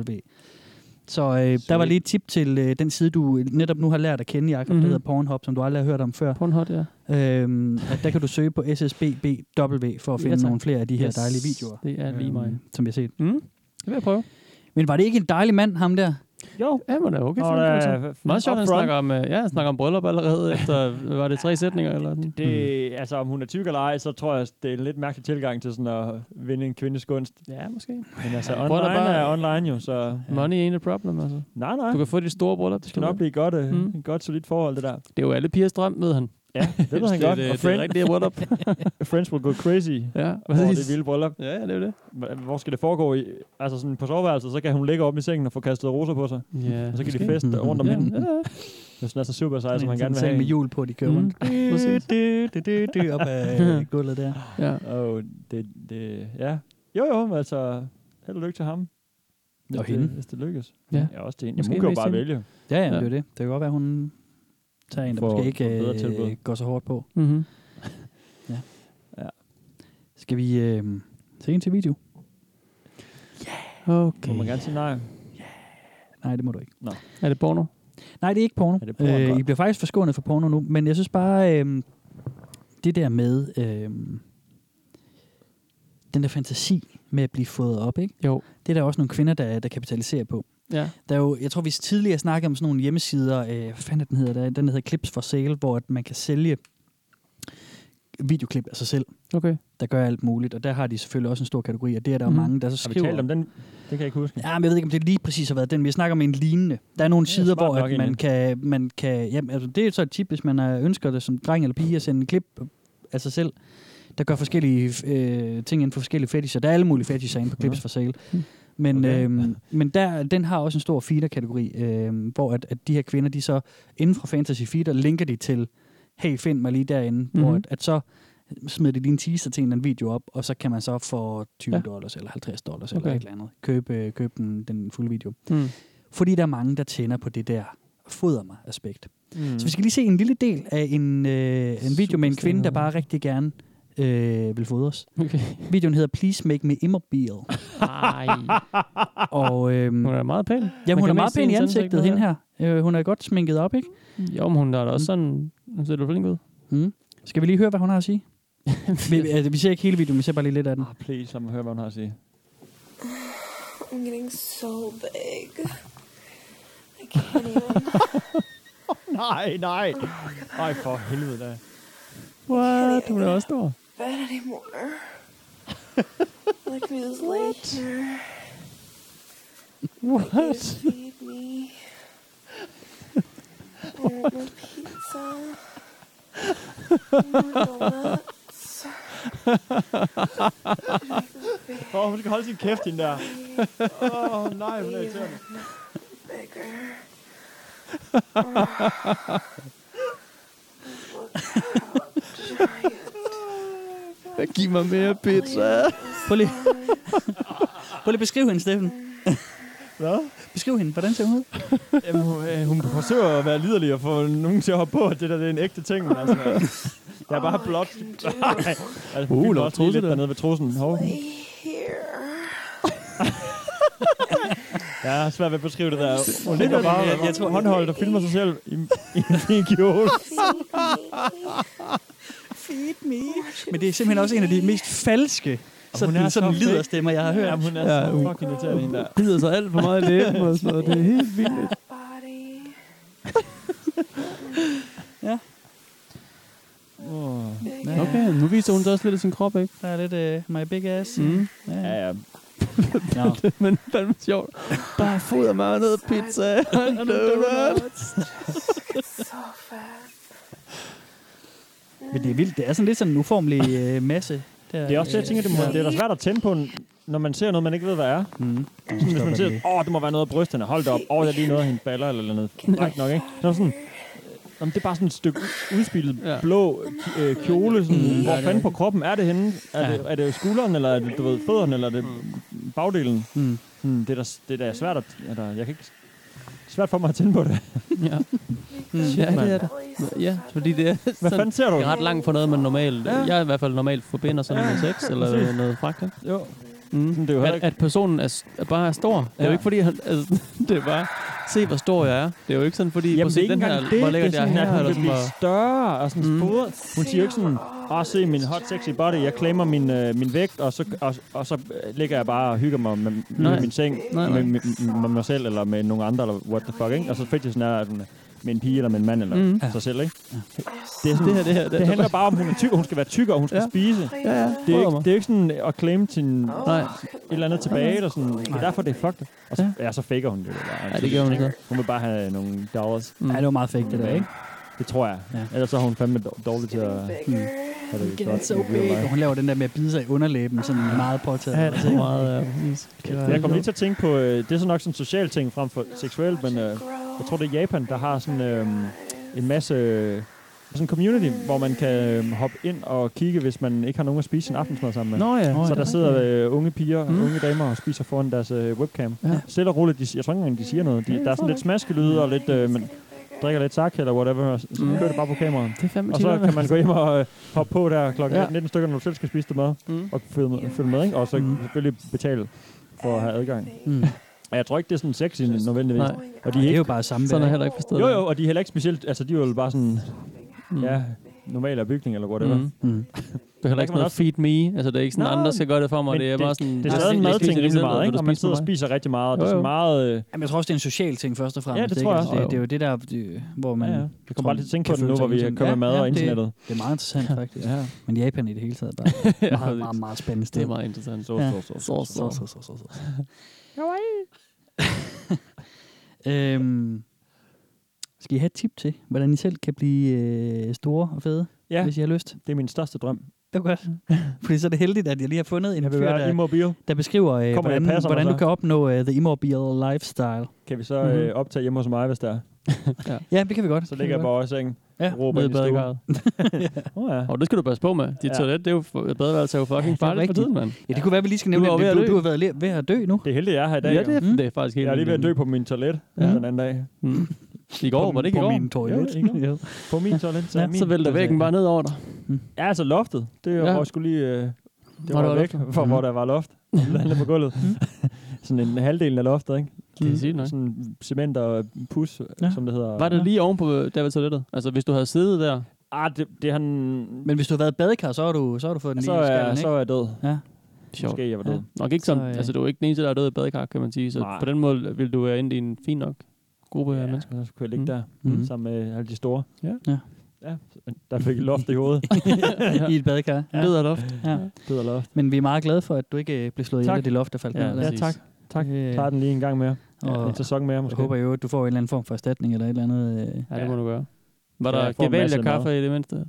Så øh, der var lige et tip til øh, den side, du netop nu har lært at kende, Jacob, mm-hmm. der hedder Pornhub, som du aldrig har hørt om før. Pornhub, ja. Øhm, at der kan du søge på S S B B W for at finde Ja, tak. nogle flere af de her Yes, dejlige videoer, det er lige mig. øhm, som vi har set. Mm. Det vil jeg prøve. Men var det ikke en dejlig mand, ham der? Jo. Ja, men det er okay. Nå, for der en er god tid. f- Meget sjovt, han upfront. snakker om, øh, ja, han snakker om bryllup allerede efter, var det tre sætninger eller sådan? Det, altså, om hun er tyk eller ej, så tror jeg, det er en lidt mærkelig tilgang til sådan at vinde en kvindes gunst. Ja, måske. Men altså, Ja, online bryllup er- er online jo, så... Money ain't a problem, altså. Nej, nej. Du kan få dit store bryllup. Det skal nok blive godt, øh, Mm. et godt solidt forhold, det der. Det er jo alle pigers drøm, ved han. Ja, det ved han det, godt. Det, Og det, det er friend- rigtigt bryllup. Friends will go crazy. Ja, Over præcis. det vilde bryllup. Ja, ja, det er jo det. Hva- Hvor skal det foregå i? Altså sådan på soveværelset, så kan hun ligge op i sengen og få kastet roser på sig. Ja, Og så kan de måske. feste rundt om Ja, hende. ja, ja. Hvis den er så super sej, som Sådan man en gerne vil seng have. med hjul på, de kører Mm. rundt. Præcis. Du, du, du, du, op ad gulvet der. Ja. Og det, det, ja. Jo, jo, men altså, held og lykke til ham. Hvis, Og det, hende. hvis det lykkes. Ja. Ja, også til hende. Måske Jamen, hun kan jo mest bare hende. vælge. Ja, ja, Ja. det er jo det. Det kan godt være, hun tager en, der Får- måske ikke får bedre tilbud. øh, går så hårdt på. Mm-hmm. Skal vi øh, se en til video? Okay. Må man gerne sige nej? Nej, det må du ikke. Nå. Er det porno? Nej, det er ikke porno. Er det porno? Øh, Godt. I bliver faktisk forskånet for porno nu, men jeg synes bare, øh, det der med øh, den der fantasi med at blive fået op, ikke? Jo. Det er der også nogle kvinder, der, der kapitaliserer på. Ja. Der er jo, jeg tror, vi tidligere snakkede om sådan nogle hjemmesider, øh, hvad fanden er den hedder, der, den hedder Clips for Sale, hvor at man kan sælge videoklip af sig selv, Okay. der gør alt muligt, og der har de selvfølgelig også en stor kategori, og det er der jo Mhm. mange, der så Har vi skriver... talt om den? Det kan jeg ikke huske. Ja, men jeg ved ikke, om det lige præcis har været den. Vi snakker om en lignende. Der er nogle Ja, sider, smart hvor nok at man egentlig. kan... Man kan jamen, altså, det er så et tip, hvis man er, ønsker det som dreng eller pige at sende en klip af sig selv, der gør forskellige øh, ting inden for forskellige fetisher. Der er alle mulige fetisher inde på Clips for Sale. Men, Okay. okay. øhm, men der, den har også en stor feeder-kategori, øhm, hvor at, at de her kvinder, de så inden for Fantasy Feeder, linker de til, hey, find mig lige derinde, mm-hmm. hvor at, at så smider de lige en teaser til en eller anden video op, og så kan man så for tyve Ja. dollars eller halvtreds dollars Okay. eller et eller andet købe, købe den, den fulde video. Mm. Fordi der er mange, der tænder på det der foder mig aspekt. Mm. Så vi skal lige se en lille del af en, øh, en video med en kvinde, der Superstjerne. bare rigtig gerne øh, vil fodres. Okay. Videoen hedder Please Make Me Immobile. Ej. Og, øhm, Hun er meget pæn. ja, Man hun er kan meget mest se pæn i hendes ansigt ansigtet, nu hende her. her. Øh, hun er godt sminket op, ikke? Jo, men hun er da også sådan... Hun ser du flink ud. Mm. Skal vi lige høre, hvad hun har at sige? vi, altså, vi ser ikke hele videoen, vi ser bare lige lidt af den. Oh, please, lad mig høre, hvad hun har at sige. I'm getting so big. I can't even. Nej, nej. Ej, for helvede da. What? Hun er også stor. Bed anymore. I like to just lay here. What? You just feed me. I want more pizza. More donuts. Åh, oh, hun skal holde sin kæft, hende der. Åh, oh, nej, hun er irriterende. Bigger. Giv mig mere pizza. Prøv lige, Prøv lige at beskrive hende, Steffen. Hvad? Beskriv hende. Hvordan ser hun ud? Jamen, hun, øh, hun forsøger at være liderlig og få nogen til at hoppe på, at det der det er en ægte ting. Men altså, jeg er bare blot. Nej, altså, hun Uh, uh, der også var lige trusse lidt der. dernede ved trussen. Hov. Lay here. Ja, jeg er svært ved at beskrive det der. Hun Det ligger er- bare jeg- jeg, jeg tror- håndholdt og filmer sig selv i, i en fin kjole. Feed me. Men det er simpelthen også en af de mest falske sådan en sådan liderstemmer, jeg har hørt. Ja, hun er Ja, så hun- fucking irriterende, hende der. Bider sig alt for meget i læben og sådan noget. Det er helt vildt. Ja. Oh. Okay, nu viser hun så også lidt af sin krop, ikke? Der er lidt uh, my big ass. Mm. Ja, ja. Nå. Men fandme sjovt. Bare foder mig noget pizza og en donut. Men det er vildt. Det er sådan lidt sådan en uformelig øh, masse. Der, Det er også det, jeg tænker, det, må, det er da svært at tænde på, når man ser noget, man ikke ved, hvad er. Mm. Sådan, hvis man siger, åh, det må være noget af brysterne, hold da op, åh, det er lige noget af hendes baller, eller noget. Frækt nok, ikke? Så er sådan, Jamen, det er bare sådan et stykke udspillet Ja. blå øh, kjole. Sådan, Mm. hvor Ja, det er fanden på kroppen er det henne? Er, Ja. det, er det skulderen, eller er det du ved, fødderne, eller er det bagdelen? Mm. Hmm, det, er da, det er da svært at... Eller, jeg kan ikke... Svært for mig at tænde på det. Ja. Mm. Ja, det er det. Ja, fordi det er Hvad fanden ser du? Det er ret langt fra noget, man normalt... Ja. Jeg i hvert fald normalt forbinder sådan Ja, med sex, eller præcis. noget fragt, ikke? Jo. Mm. Det er jo heller At, ikke... at personen er, s- er bare er stor. Det er Ja. jo ikke fordi, han, altså, det er bare, se hvor stor jeg er. Det er jo ikke sådan, fordi, Jamen, prøv at det se er ikke den her, engang det. hvor Det lækker er det er sådan, her, at hun eller vil sådan, blive hvor... større og sådan Mm. fodret. Hun siger jo ikke sådan, åh, se min hot sexy body, jeg claimer min, øh, min vægt, og så, og, og så øh, ligger jeg bare og hygger mig med, Nej. med min seng, Nej, nej. med, med, med mig selv, eller med nogle andre, eller what the fuck, ikke? Og så fetishen er den med en pige, eller med en mand, eller Mm. sig selv, ikke? Ja. Det, er sådan, Det her, det her, det, det handler bare om, hun er tyk, og hun skal være tyk, og hun skal Ja. spise. Ja, ja, Det er, prøver ikke, mig. det er ikke sådan at claim sin Nej. et eller andet tilbage, eller sådan. Det er derfor, det er fucked. Og så, Ja. ja, så faker hun det. Bare. Ja, det gør hun så. Hun vil bare have nogle dollars. Mm. Ja, det var meget fake, det der, ikke? Det tror jeg. Ja. Ellers så er hun fandme dår- dårlig til at Mm. have det Get godt. so i real big. life. Og hun laver den der med at bide sig i underlæben, sådan meget påtaget. Ja, det er meget, ja, præcis. Jeg kommer lige til at tænke på, øh, det er så nok sådan en social ting frem for seksuelt, men øh, jeg tror, det er Japan, der har sådan øh, en masse... Øh, sådan en community, hvor man kan øh, hoppe ind og kigge, hvis man ikke har nogen at spise sin aftensmad sammen med. Nå ja. Så ja. der sidder øh, unge piger, Mm. mm. unge damer og spiser foran deres øh, webcam. Ja. Stille og roligt, de, jeg tror ikke engang, de siger noget. De, der er sådan lidt smaskelyde og lidt, øh, man drikker lidt sake eller whatever, og så Mm. kører det bare på kameraet. Det er fandme Og så tit, kan man gå hjem og øh, hoppe på der klokken Ja. nitten stykker, når du selv skal spise det mad, Mm. og følge med, følge med, ikke? Og så Mm. selvfølgelig betale for at have adgang. Mm. Og jeg tror ikke, det er sådan sexy nødvendigvis. Nej. Og de Det er er jo ikke, bare samme Sådan er værd. heller ikke forstået. jo jo, og de er heller ikke specielt, altså de er jo bare sådan, Mm. ja, normale af bygning eller whatever. Mm. Mm. Det er heller kan ikke man noget også- feed me. Altså, det er ikke sådan, Nå, andre skal gøre det for mig. men Det er bare sådan... Det er jeg- stadig en jeg madting spiser det rimelig selv, meget, vil ikke? du Og man spise sidder og med mig? spiser rigtig meget. Det er Jo, så jo. meget... Øh, Jamen, jeg tror også, det er en social ting først og fremmest. Ja, det ikke? tror jeg. Altså, det, det er jo det der, det, hvor man... ja, ja. jeg Jeg tror, kommer bare til at tænke kan på det nu, føle hvor sig vi ensom. kører med mad Ja, og ja, det- internettet. Det er meget interessant, faktisk. Ja. Men Japan i det hele taget bare meget, meget, meget, meget spændende sted. Det er meget interessant. Så, Ja. så, så, så, Så, så. Så, så, så, så, så. øhm, skal I have et tip til, hvordan I selv kan blive øh, store og fede, Ja, hvis I har lyst? det er min største drøm. Det er godt. Fordi så er det heldigt, at jeg lige har fundet en Jeg vil fyr, være der, immobil. der beskriver, øh, Kommer jeg hvordan, passer mig hvordan du så? kan opnå uh, the immobile lifestyle. Kan vi så Mhm. øh, optage hjemme hos mig, hvis der er? Ja, det kan vi godt. Så ligger jeg bare i sengen. Ja, råber Nede ind i i stuen. badekarret. Åh ja. Og det skal du passe på med. Dit Ja. toilet, det er jo for- badeværelse er jo fucking Ja, det er farligt for rigtigt. tiden, mand. Ja, det kunne være, vi lige skal Du nævne, er jo ved at at du, dø. du har været le- ved at dø nu. Det er heldigt, jeg er her i dag. Ja, det er, Mm. det er faktisk helt Jeg er lige ved at dø vildt. på min toilet Ja. den anden dag. Mm. I går, var det ikke i på går? min toilet. Jo, i går. På min toilet. Så, Ja, min så vælter væggen bare ned over dig. Ja, altså loftet. Det er jo, Ja. hvor jeg skulle lige... Øh, det Hvor var, der var væk, loftet. fra hvor der var loft. Landet på gulvet. Sådan en halvdel af loftet, ikke? Det er sygt nok. Sådan cement og pus, Ja. som det hedder. Var det lige oven på der ved toilettet? Altså, hvis du havde siddet der... Ah, det, det han... Men hvis du har været i badekar, så har du, så har du fået den så lige i er, skallen, så er jeg død. Ja. Sjovt. Måske jeg var død. Ja. Nok ikke Så, som... øh, Altså, du er ikke den eneste, der er død i badekar, kan man sige. Så Nej. på den måde vil du være inde i en fin nok gruppe af Ja, mennesker. så skulle jeg ligge Mm. der Mhm. sammen med alle de store. Ja. Ja. Ja, der fik loft i hovedet. I et badekar. Ja. Leder loft. Ja. Død og loft. Men vi er meget glade for, at du ikke øh, blev slået ihjel Tak. af det loft, der faldt Ja, ned. Ja, der. tak. Tak. Øh, Tager den lige en gang mere. Og En sæson mere jeg måske. håber jo, at du får en eller anden form for erstatning eller et eller andet. Øh. Ja, det må du gøre. Var Ja, der jeg får en gevalg masse af kaffe i det mindste?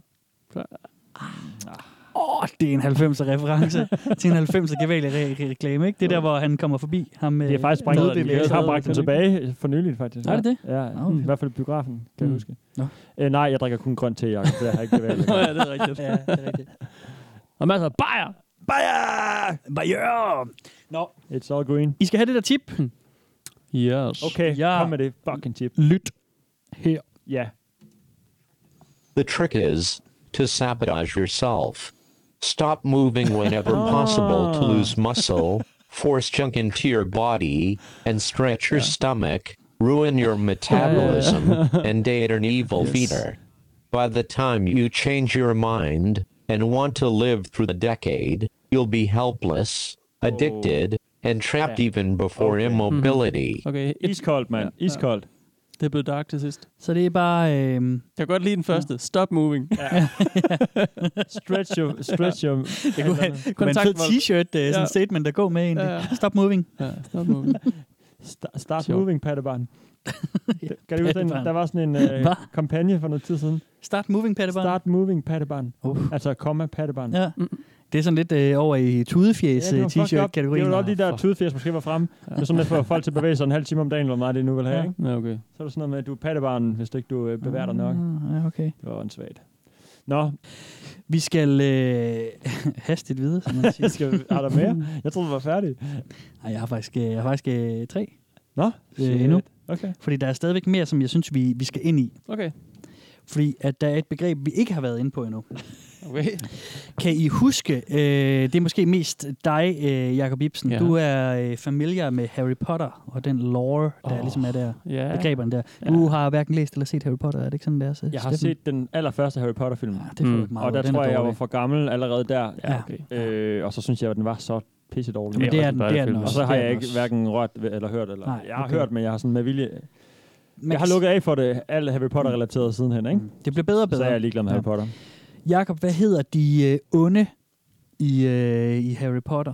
Åh, oh, det er en halvfemser reference til en halvfemser gevaldig re- reklame, ikke? Det er der, hvor han kommer forbi ham. Det er faktisk bragt, Noget, de det er har så- bragt den tilbage for nyligt, faktisk. Er det det? Ja, Nå, okay. i hvert fald biografen, kan Mm. jeg huske. Nå. Øh, nej, jeg drikker kun grønt te, Jacob. Det har jeg ikke gevalgt. Nå ja, det er rigtigt. Ja, det er rigtigt. Og masser af bajer! Bajer! Bajer! Nå, It's all green. I skal have det der tip. Yes. Okay, Ja. kom med det fucking tip. Lyt her. Ja. The trick is to sabotage yourself. Stop moving whenever possible to lose muscle, force junk into your body, and stretch your stomach, ruin your metabolism, and date an evil Yes. feeder. By the time you change your mind and want to live through the decade, you'll be helpless, addicted, and trapped even before Okay. immobility. Okay. Iskoldt, mand. Iskoldt. Det er blevet dark til sidst. Så det er bare... Øh... Jeg kan godt lide den første. Stop moving. Ja. stretch your... Stretch your det kunne være en fed t-shirt, uh, sådan Ja. en statement, der går med egentlig. Ja, ja. Stop moving. Ja, stop moving. Sta- start Sjov. moving, pattebarn. Kan du huske den? Der var sådan en øh, kampagne for noget tid siden. Start moving, pattebarn. Start moving, pattebarn. Uh. Altså, komma, pattebarn. Ja. Det er sådan lidt øh, over i tudefjæs Ja, ja, det var t-shirt-kategorien. Det var godt de der tudefjæs måske var fremme. Ja. Det er sådan lidt for folk til at bevæge sig en halv time om dagen, hvor meget det nu vil have, Ja. ikke? Ja, okay. Så er det sådan noget med, at du er pattebarn, hvis du ikke du øh, bevæger dig nok. Ja, okay. Det var åndssvagt. Nå. Vi skal øh, hastigt videre, som man siger. skal, har der mere? Jeg troede, du var færdig. Nej, jeg har faktisk, øh, jeg har faktisk øh, tre. Nå, øh, endnu. Okay. Fordi der er stadigvæk mere, som jeg synes, vi, vi skal ind i. Okay. Fordi at der er et begreb, vi ikke har været inde på endnu. Okay. Kan I huske, øh, det er måske mest dig, øh, Jacob Ibsen. Ja. Du er øh, familiar med Harry Potter og den lore, der Oh, ligesom er der. ja. Begreberne der. Du har hverken læst eller set Harry Potter, er det ikke sådan, der? Så Jeg har set den allerførste Harry Potter-film. Ja, det får du ikke meget og der ud. Den tror er jeg, jeg var dårlig. for gammel allerede der. Ja. Okay. Øh, og så synes jeg, at den var så pisse dårlig. Men det er den, det er den Og også. så har Det er jeg den ikke også. hverken rørt ved- eller hørt. Eller, Nej, jeg har okay. hørt, men jeg har sådan med vilje... Man Jeg har kan lukket af for det, alt Harry Potter-relateret sidenhen, ikke? Det bliver bedre og bedre. Så er jeg ligeglad med Harry Potter. Jakob, hvad hedder de øh, onde i, øh, i Harry Potter?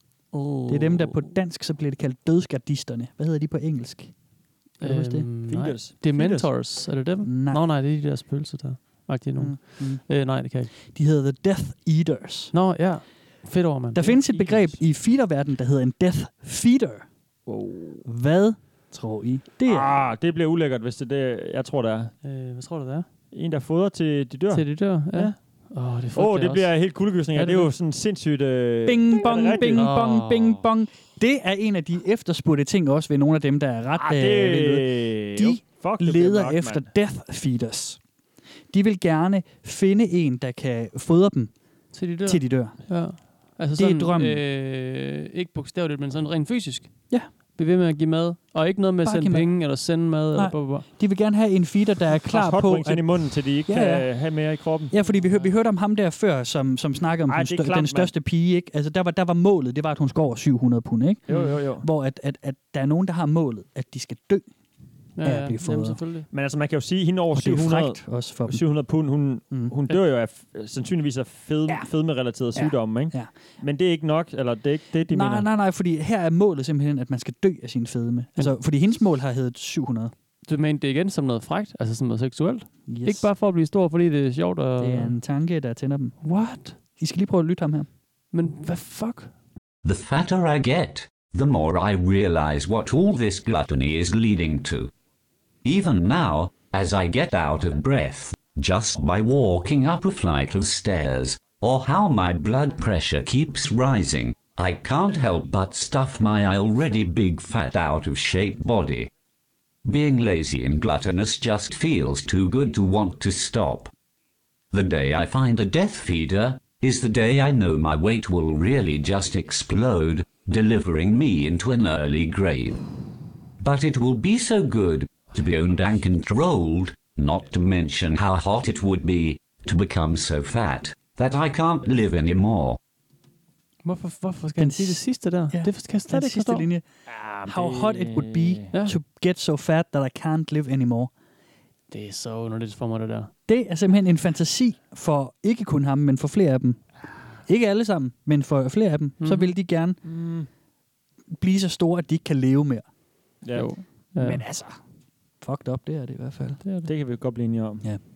Oh. Det er dem, der på dansk, så bliver det kaldt dødsgardisterne. Hvad hedder de på engelsk? Kan du huske det? Øhm, nej. Feeders. Dementors, er det dem? Nej. Nå, nej, det er de der spøgelser der. Magtige nogen. Mm, mm. Øh, nej, det kan jeg ikke. De hedder The Death Eaters. Nå, ja. Fedt over, mand. Der findes et begreb i feederverdenen, der hedder en Death Feeder. Wow. Hvad tror I? Det er Ah, det bliver ulækkert, hvis det er det, jeg tror, det er. Øh, hvad tror du, det er? En, der fodrer til de dør. Til de dør? Ja. Ja. Åh, oh, det er Åh, oh, det også. bliver helt kuldegysning. Er Det, det det er jo det? sådan sindssygt... Øh, bing, bong, er det rigtigt? bing, bong, Åh. bing, bong. Det er en af de efterspurgte ting også ved nogle af dem, der er ret Ah, øh, veludede. det... De jo, fuck, det bliver leder mørkt, efter mand. Death Feeders. De vil gerne finde en, der kan fodre dem, Til de dør? til de dør. Ja. Altså Det er sådan, drømmen. Øh, ikke bogstaveligt, men sådan rent fysisk. Ja. Bliv ved med at give mad. Og ikke noget med at Bare sende give mad. penge, eller sende mad. Eller Nej. blah, blah, blah. De vil gerne have en feeder, der er klar Klar på... på ind i munden, til de ikke Ja, ja. kan have mere i kroppen. Ja, fordi vi, hør, vi hørte om ham der før, som, som snakkede om Ej, den, det er stør, klamt, den største pige. Ikke? Altså, der var, der var målet, det var, at hun skal over syv hundrede pund. Ikke? Jo, jo, jo. Hvor at, at, at der er nogen, der har målet, at de skal dø Ja, af ja. at blive Jamen, fodret. selvfølgelig. Men altså, man kan jo sige, at hende over Og det er syv hundrede, frækt også for dem. syv hundrede pund, hun, Mm. hun dør jo af f- sandsynligvis af fed, Ja. fedme-relaterede Ja. sygdomme, ikke? Ja. Men det er ikke nok, eller det er ikke det, de Nej, mener. nej, nej, fordi her er målet simpelthen, at man skal dø af sin fedme. Altså, fordi hendes mål har heddet syv hundrede. Du mener det igen som noget frækt? Altså som noget seksuelt? Yes. Ikke bare for at blive stor, fordi det er sjovt? Og... Det er en tanke, der tænder dem. What? I skal lige prøve at lytte ham her. Men hvad fuck? The fatter I get, the more I realize what all this gluttony is leading to. Even now, as I get out of breath, just by walking up a flight of stairs, or how my blood pressure keeps rising, I can't help but stuff my already big fat out of shape body. Being lazy and gluttonous just feels too good to want to stop. The day I find a death feeder is the day I know my weight will really just explode, delivering me into an early grave. But it will be so good to be owned and controlled, not to mention how hot it would be to become so fat that I can't live anymore. Hvorfor, hvorfor skal han sige det sidste der? Ja, Det kan jeg slet den ikke sidste forstå. linje. How hot it would be Ja. to get so fat that I can't live anymore. Det er så underligt for mig, det der. Det er simpelthen en fantasi for ikke kun ham, men for flere af dem. Ikke alle sammen, men for flere af dem. Mm. Så vil de gerne Mm. blive så store, at de ikke kan leve mere. Ja. Jo. Ja. Men altså, fucked up, det er det i hvert fald. Det er det. Det kan vi godt blive enige om. Ja.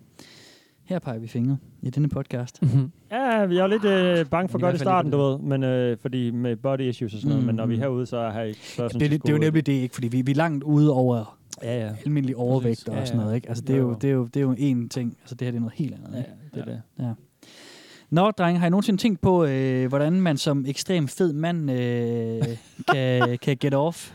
Her peger vi fingre i denne podcast. Mm-hmm. Ja, jeg er lidt øh, bange for Men i godt i hvert fald starten, ikke du ved. Men øh, fordi med body issues og sådan noget. Mm, Men når vi er mm. herude, så er jeg ikke... Så er jeg Det, det, det er jo nemlig det ikke, fordi vi, vi er langt ude over Ja, ja. almindelig overvægt og Ja, sådan ja. noget. Ikke? Altså, det, er Jo, jo, jo. det, er jo, det er jo en ting. Altså, det her det er noget helt andet. Ja, Ikke? det er det. Ja. Nå, drenge, har I nogensinde tænkt på, øh, hvordan man som ekstrem fed mand øh, kan, kan get off?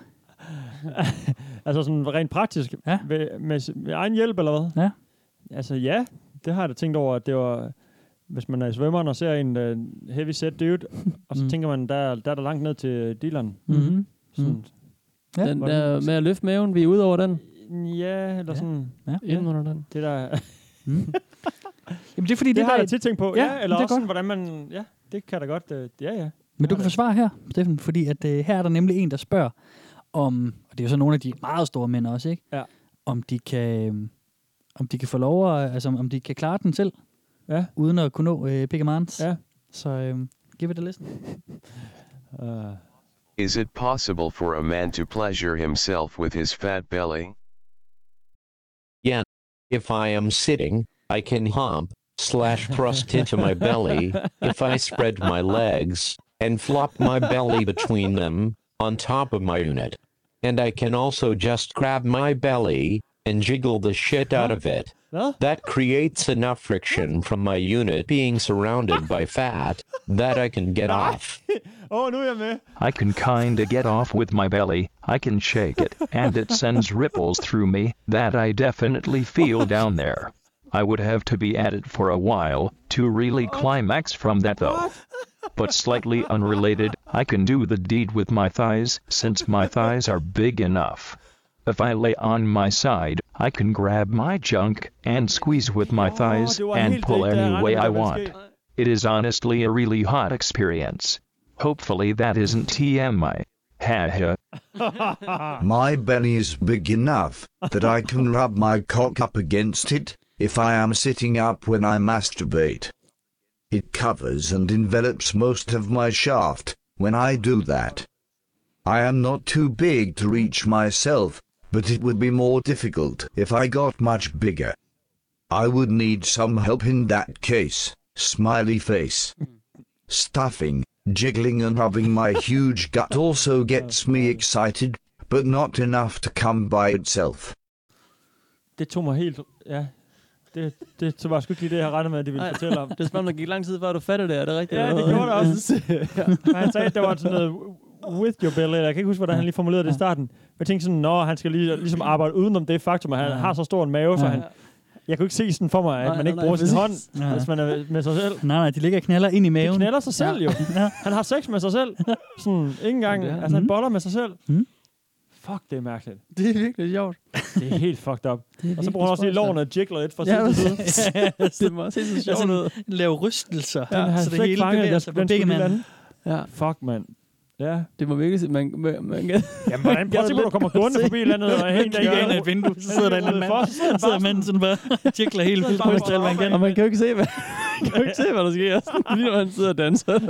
Altså sådan rent praktisk. Ja. Ved, med, med egen hjælp, eller hvad? Ja. Altså ja, det har jeg da tænkt over, at det var... Hvis man er i svømmeren og ser en uh, heavy set dude, og så Mm. tænker man, der, der er der langt ned til dealeren. Mm-hmm. Sådan, Mm. Ja. Den der med at løfte maven, vi er ude over den. Ja, eller Ja. sådan... Ja. Inden under den. Det der... Mm. Jamen, det er fordi, Det, det, har der, jeg tit tænkt på. Ja, Ja, eller det er også godt. sådan, hvordan man... Ja, det kan da godt... Øh, ja, ja. Men du kan forsvare her, Steffen, fordi at, øh, her er der nemlig en, der spørger om, og det er jo så nogle af de meget store mænd også, ikke? Ja. Om de kan, øh, om de kan få lov at, altså om de kan klare den selv, ja. uden at kunne nå øh, Big Mans. Ja. Så øh, give it a listen. Uh. Is it possible for a man to pleasure himself with his fat belly? Yeah. If I am sitting, I can hump slash thrust into my belly if I spread my legs and flop my belly between them on top of my unit. And I can also just grab my belly and jiggle the shit out of it. That creates enough friction from my unit being surrounded by fat that I can get off. Oh, nu er jeg med. I can kinda get off with my belly. I can shake it, and it sends ripples through me that I definitely feel down there. I would have to be at it for a while to really climax from that though. But slightly unrelated, I can do the deed with my thighs since my thighs are big enough. If I lay on my side, I can grab my junk and squeeze with my thighs and pull any way I want. It is honestly a really hot experience. Hopefully that isn't T M I. Ha ha. My belly is big enough that I can rub my cock up against it if I am sitting up when I masturbate. It covers and envelops most of my shaft when I do that. I am not too big to reach myself, but it would be more difficult if I got much bigger. I would need some help in that case. Smiley face. Stuffing, jiggling and rubbing my huge gut also gets me excited, but not enough to come by itself. Det tog mig helt... Ja. Det, det så var sgu ikke lige det, jeg regnede med, at de ville fortælle om. Det er spændende, at gik lang tid, før du fattede det. Er det rigtigt? Ja, det gjorde det også. Ja. Han sagde, at det var sådan noget with your belly. Jeg kan ikke huske, hvordan han lige formulerede det i starten. Jeg tænkte sådan, nå, han skal lige, ligesom arbejde udenom det faktum, at han ja. har så stor en mave, så han... Jeg kunne ikke se sådan for mig, at nej, man ikke nej, bruger nej, sin hånd, ja. hvis man er med sig selv. Nej, nej, de ligger og knaller ind i maven. De knaller sig selv, ja. jo. Ja. Han har sex med sig selv. Sådan, ikke engang. Altså, mm. han boller med sig selv. Mm. Fuck, det er mærkeligt. Det er virkelig sjovt. Det er helt fucked up. Og så bruger han også lige lårene og jiggler lidt fra side til side. Ja, det må også se så sjovt ud. Lave rystelser. Ja, så det hele bevæger sig på begge mand. Ja. Fuck, mand. Ja. Det må virkelig... Man, man, man kan... Jamen, hvordan prøver du, at du kommer gående forbi et eller andet og hængt der i et vindue, så sidder der en mand. Så sidder manden sådan bare jiggler helt vildt på alt, man kan. Og man kan jo ikke se, hvad, man kan jo ikke se, hvad der sker. Lige når han sidder og danser. Det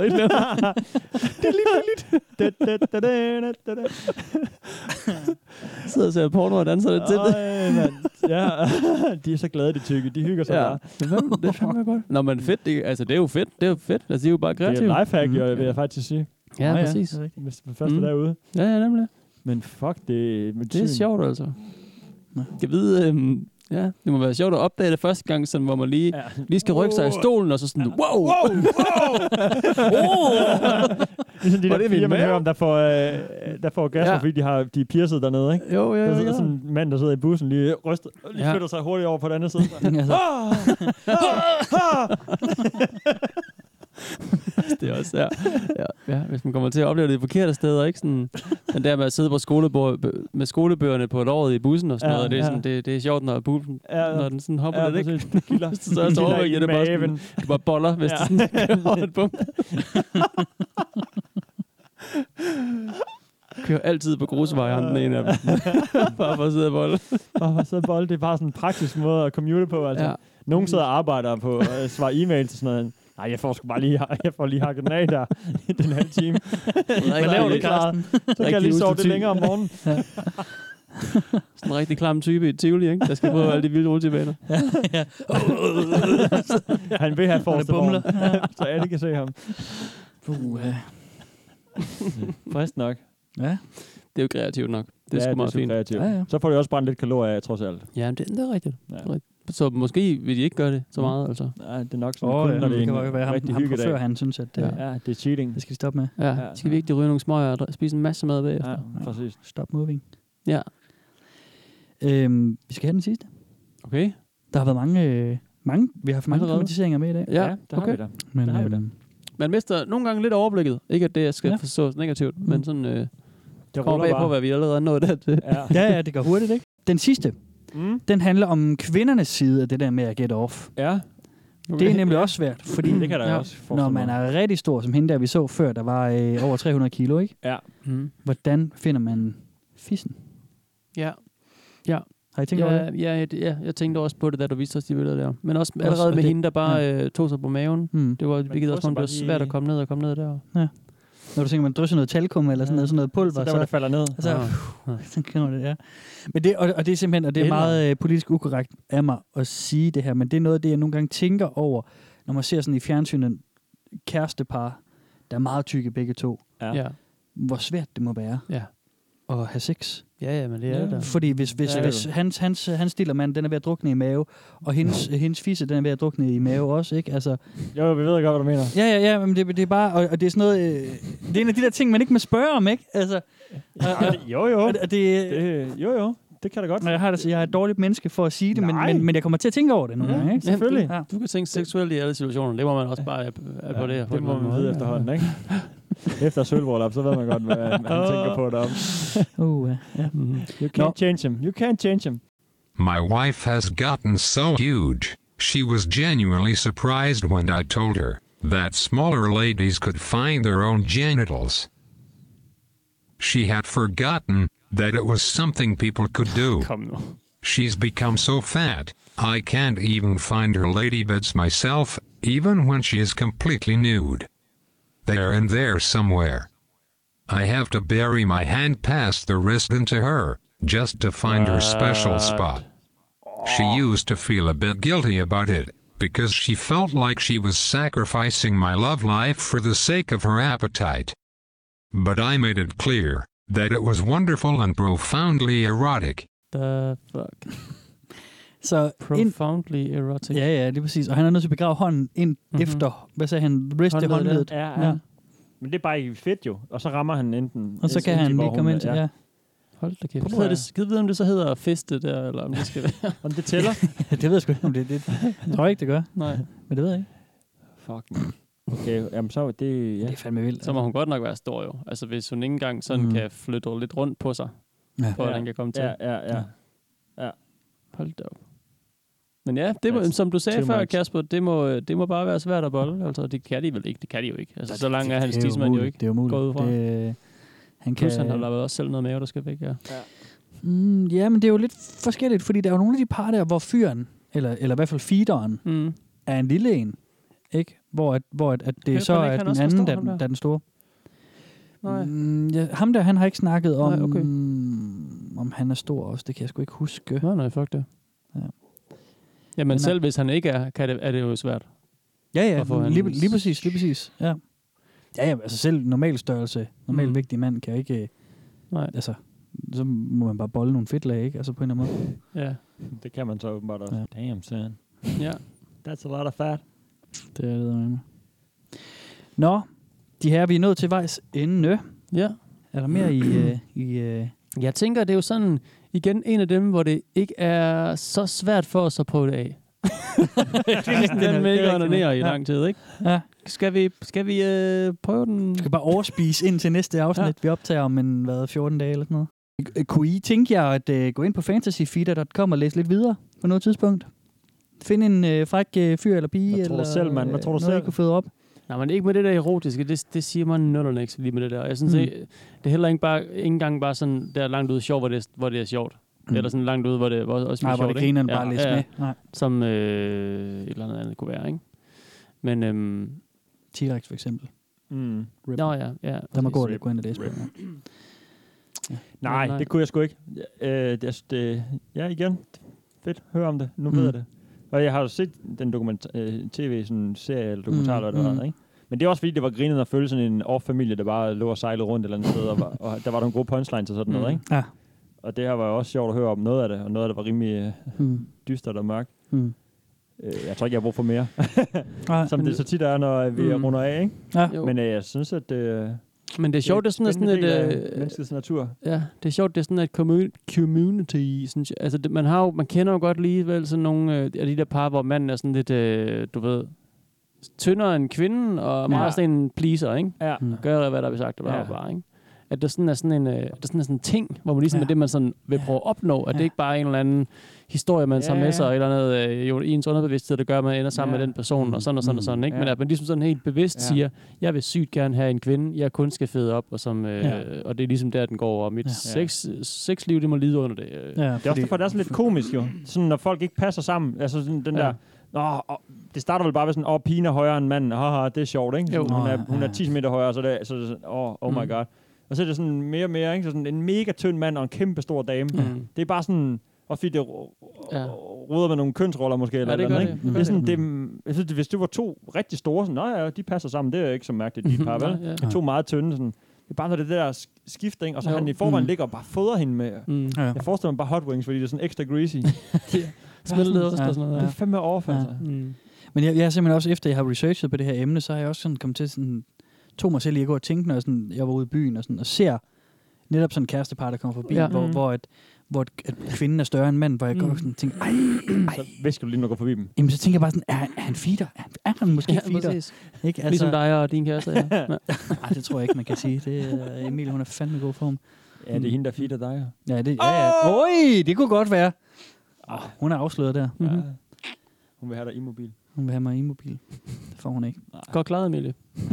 er lige lidt. Sidder og ser porno og danser lidt til det. Ja, de er så glade, de tykke. De hygger sig ja. bare. Det er fandme godt. Nå, men fedt. Det, altså, det er jo fedt. Det er jo fedt. Altså, det er jo bare kreativt. Det er lifehack, mm. vil jeg faktisk sige. Ja, ja, præcis. Ja, hvis det første mm. derude. Ja, ja, nemlig. Men fuck, det... Det er sjovt, altså. Jeg ved, øhm, ja, det må være sjovt at opdage det første gang, sådan, hvor man lige, ja. lige skal rykke sig i stolen, og så sådan, wow! Wow! Wow! oh! Ligesom de der piger, man hører om, der får, øh, der får gas, ja. fordi de har de er pierced dernede, ikke? Jo, ja, ja. Der sidder sådan en mand, der sidder i bussen, lige ryster, lige ja. flytter sig hurtigt over på den anden side. Det er også, ja. Ja, ja. Hvis man kommer til at opleve det i forkerte steder, ikke? Sådan, den der med at sidde på skolebord, med skolebøgerne på låret i bussen og sådan ja, noget, det er, sådan, det, det er sjovt, når, bussen, ja, når den sådan hopper ja, lidt, ikke? Det kilder. Så er det så overvæk, det bare sådan, du bare boller, hvis ja. det sådan kører et bump. Kører altid på grusvarianten, en af dem. Bare for at sidde og bolle. Bare for at sidde og bolle, det er bare sådan en praktisk måde at commute på, altså. Ja. Nogen sidder og arbejder på at svare e-mail til sådan noget. Nej, jeg får sgu bare lige, jeg får lige hakket den af der i den halve time. Hvad laver du, Carsten? Så kan jeg lige sove det længere om morgenen. Ja. Sådan en rigtig klam type i Tivoli, ikke? Der skal prøve alle de vilde rutsjebaner. Ja, ja. Han vil have forreste morgen, så alle kan se ham. Uh, Frisk nok. Ja. Det er jo kreativt nok. Det er ja, sgu meget fint. Ja, ja. Så får de også brændt lidt kalorier af, trods alt. Ja, det, det er rigtigt. Ja. Det er rigtigt. Så måske vil de ikke gøre det så meget, altså. Nej, det er nok sådan, oh, kun, ja. når det, det kan være ham, rigtig ham før, han synes, at det, ja. ja, det er cheating. Det skal vi stoppe med. Ja, ja. Skal vi ikke ryge nogle smøger og spise en masse mad bagefter? Ja, præcis. Stop moving. Ja. Øhm, vi skal have den sidste. Okay. Der har været mange, øh, mange vi har haft mange dramatiseringer med i dag. Ja, ja der okay. har vi da. Men, der har vi da. Man mister nogle gange lidt overblikket. Ikke at det skal ja. forstås negativt, mm. men sådan øh, det kommer bag på, hvad vi allerede nåede der til. Ja. ja, ja, det går hurtigt, ikke? Den sidste, mm. den handler om kvindernes side af det der med at get off. Ja. Det er nemlig også svært, fordi det kan der ja, også forestille når man mig. er rigtig stor, som hende der, vi så før, der var øh, over tre hundrede kilo, ikke? Ja. Mm. Hvordan finder man fissen? Ja. Ja. Har I tænkt ja, over det? Ja, ja, ja, jeg tænkte også på det, da du viste os de billeder der. Men også, Også allerede med det- hende, der bare ja. øh, tog sig på maven. Mm. Det var virkelig også, det var svært at komme ned og komme ned der. Ja. Når du tænker, man drysser noget talkum eller sådan noget, sådan noget pulver, Så der, hvor det falder ned. Så, Ah. uh, så kender det, ja. Men det, og, og det er simpelthen, og det er Eller- meget øh, politisk ukorrekt af mig at sige det her, men det er noget af det, jeg nogle gange tænker over, når man ser sådan i fjernsynet kærestepar, der er meget tykke begge to. Ja. Ja. Hvor svært det må være Ja. at have sex. Ja, ja, men det er det da. Fordi hvis, hvis, Ja, ja, det er hvis det. hans, hans, hans dillermand, den er ved at drukne i mave, og hendes, hendes fisse, den er ved at drukne i mave også, ikke? Altså, Jo, vi ved godt, hvad du mener. ja, ja, ja, men det, det er bare, og, og det er sådan noget, øh, det er en af de der ting, man ikke må spørge om, ikke? Altså, og, og, Jo, jo. og, og det, Det, jo, jo. Det kan da godt. og jeg har det, så jeg er et dårligt menneske for at sige det, men, Nej. men, men jeg kommer til at tænke over det nogle Ja, gange, ikke? selvfølgelig. Ja. Du kan tænke seksuelt i alle situationer. Det må man også bare ja, på det her. Det må man vide efterhånden, ikke? Efter sølvbrøllup, så ved man godt, hvad man tænker på derom. Uh, ja. You can't change him. You can't change him. My wife has gotten so huge, she was genuinely surprised when I told her that smaller ladies could find their own genitals. She had forgotten that it was something people could do. Kom nu. She's become so fat, I can't even find her ladybeds myself, even when she is completely nude. They're in there somewhere. I have to bury my hand past the wrist into her, just to find her special spot. She used to feel a bit guilty about it, because she felt like she was sacrificing my love life for the sake of her appetite. But I made it clear that it was wonderful and profoundly erotic. The fuck. Så ind, Profoundly erotic. ja, ja, det er præcis. Og han er nødt til at begrave hånden ind Mhm. efter, hvad sagde han, wrist til Håndledet, håndledet. Ja, ja. Men det er bare ikke fedt jo. Og så rammer han enten... Og så kan han lige komme ind til, ja. Hold da kæft. Puh, Hedder ja. det, skal vi vide, om det så hedder feste der, eller om det skal være... Om det tæller? Det ved jeg sgu ikke, om det, det jeg tror ikke, det gør. Nej. Men det ved jeg ikke. Fuck, man. Okay, jamen så er det... Ja. Det er fandme vildt. Så må hun godt nok være stor jo. Altså hvis hun ikke engang sådan Mm. mm. kan flytte lidt rundt på sig, Ja. for at Ja. han kan komme til. Ja, ja, ja. ja. Hold da op. Men ja, det må, That's som du sagde too før, much. Kasper, det må, det må bare være svært at bolle. Altså, det kan de vel ikke. Det kan de jo ikke. Altså, så langt er hans Det er tidsmand jo umuligt. ikke Det er umuligt. gået ud fra. Det, han kan... Plus han har lavet også selv noget mave, der skal væk, ja. Mm, ja, men det er jo lidt forskelligt, fordi der er jo nogle af de par der, hvor fyren, eller, eller i hvert fald feederen, Mm. er en lille en, ikke? Hvor, at, hvor at, at det Jeg så tror ikke, er han den også anden, forstår der, ham der. der. der er den store. Nej. Mm, ja, ham der, han har ikke snakket om, Nej, okay. om han er stor også. Det kan jeg sgu ikke huske. Nej, nej, fuck det. Ja. Jamen Men selv nej. hvis han ikke er, kan det, er det jo svært. Ja, ja, Hvorfor han- lige, lige præcis, lige præcis. Ja. Ja, ja, altså selv normal størrelse, normal Mm. mm. vægtig mand kan ikke, Nej. altså, så må man bare bolle nogle fedtlag, ikke? Altså på en eller anden måde. Ja. Det kan man så åbenbart også. Ja. Damn, son. Ja. That's a lot of fat. Det er det, med. Nå, de her, vi er nået til vejs ende. Ja. Er der mere i... Uh, i uh... Jeg tænker, det er jo sådan, igen, en af dem, hvor det ikke er så svært for os at prøve det af. Den med ikke at ned i lang tid, ikke? Ja. Skal vi, skal vi øh, prøve den? Vi skal bare overspise ind til næste afsnit, ja. Vi optager om en, hvad, fjorten dage eller sådan noget. Øh, Kunne I tænke jer at uh, gå ind på fantasyfeeder punktum com og læse lidt videre på noget tidspunkt? Find en uh, fræk uh, fyr eller pige, Hvad tror du eller selv, mand? Hvad tror du noget, selv? I kunne føde op? Nej, men ikke med det der erotiske. Det, det siger man nul og niks lige med det der. Jeg synes, Mm. mm. det, det er heller ikke bare, ikke engang bare sådan der langt ude sjov, hvor det, er- hvor det er sjovt. Mm. Mm. Eller sådan langt ude, hvor det hvor også Nej, er hvor sjovt. det grineren bare læser med. Nej. Som øh, et eller andet andet kunne være, ikke? Men, øhm, T-Rex for eksempel. Mm. Rip. nå ja, ja. Der må præcis. gå det, gå ind og læse på. Ja. Nej, nej. det kunne jeg sgu ikke. Øh, det, det, ja, igen. Fedt. Hør om det. Nu Mm. ved jeg det. Og jeg har jo set den dokumentar, øh, tv, sådan en serie eller dokumentar, Mm, eller hvad det mm. var, ikke? Men det er også fordi, det var grinet at følge sådan en off-familie, der bare lå og sejlede rundt et eller andet sted, og, var, og der var nogle gode punchlines og sådan noget, Mm. ikke? Ja. Og det her var jo også sjovt at høre om noget af det, og noget af det var rimelig øh, Mm. dystert og mørkt. Mm. Øh, jeg tror ikke, jeg har brug for mere. Nej, Som men- det så tit er, når vi Mm. runder af, ikke? Ja. Jo. Men øh, jeg synes, at det, Men det er sjovt, det er sådan, at sådan spændende et... del af Øh, menneskets natur. ja, det er sjovt, det er sådan et commu- community. Sådan, altså, det, man, har jo, man kender jo godt lige vel sådan nogle øh, af de der par, hvor manden er sådan lidt, øh, du ved, tyndere end kvinden, og meget Ja. sådan en pleaser, ikke? Ja. Mm. Gør, hvad der bliver sagt, og bare, Ja. ja. bare, ikke? at der sådan er sådan en, øh, der sådan er sådan en ting, hvor man ligesom Ja. er det, man sådan vil prøve at opnå, at Ja. det ikke bare er en eller anden historie, man tager Ja, med sig, ja. og et eller andet øh, jo, i ens underbevidsthed, der gør, at man ender sammen Ja. med den person, og sådan og sådan og sådan, ikke? Men Ja. at man ligesom sådan helt bevidst Ja. siger, jeg vil sygt gerne have en kvinde, jeg kun skal fede op, og, som, øh, Ja. og det er ligesom der, den går, og mit Ja. sex, sexliv, det må lide under det. Øh. Ja, Det er også derfor, det er sådan lidt komisk jo. Sådan, når folk ikke passer sammen. Altså sådan den Ja. der... Nå, åh, det starter vel bare med sådan, åh, pigen er højere end manden. Haha, det er sjovt, ikke? Jo. Sådan, hun, er, Nå, hun er ja. ti meter højere, så det er, så det er sådan, åh, oh, oh my Mm. god. Og så er det sådan mere og mere, ikke? Så sådan en mega tynd mand og en kæmpe stor dame. Mm. Det er bare sådan... Og fordi det ro- Ja. ruder med nogle kønsroller måske. Eller Ja, det eller gør andet, det. ikke? Det Det er sådan, gør det, jeg synes, hvis det var to rigtig store, sådan, nej, ja, de passer sammen, det er ikke så mærkeligt, de er et par, vel? Nej, ja. To meget tynde, sådan. Det er bare når det der sk- skift, ikke? Og så Jo. han i forvejen Mm. ligger og bare fodrer hende med... Mm. Ja. Jeg forestiller mig bare hot wings, fordi det er sådan ekstra greasy. Smeltet ost Ja. og sådan noget. Det er fandme off, altså. Mm. Men jeg, jeg har simpelthen også, efter jeg har researchet på det her emne, så har jeg også sådan kommet til sådan, tog mig selv i at gå og tænke, når jeg, sådan, jeg var ude i byen og, sådan, og ser netop sådan en kærestepar, der kommer forbi, Ja. ja. hvor, Mm. hvor, at, hvor at, at kvinden er større end manden, hvor jeg går Mm. og sådan tænker, ej, Så visker du lige, når du går forbi dem. jamen så tænker jeg bare sådan, er, er han feeder? Er, er han måske Ja, feeder? præcis. Ikke? Altså, Ligesom dig og din kæreste, ja. ja. Ej, det tror jeg ikke, man kan sige. Det er, Emil, hun er fandme i god form. Ja, det er hende, der feeder dig. Ja, det, ja, ja. Oj, det kunne godt være. Oh, hun er afsløret der. Mhm. Ja. Hun vil have dig i mobil. Hun vil have mig i mobil. Det får hun ikke. Godt klaret, Emilie.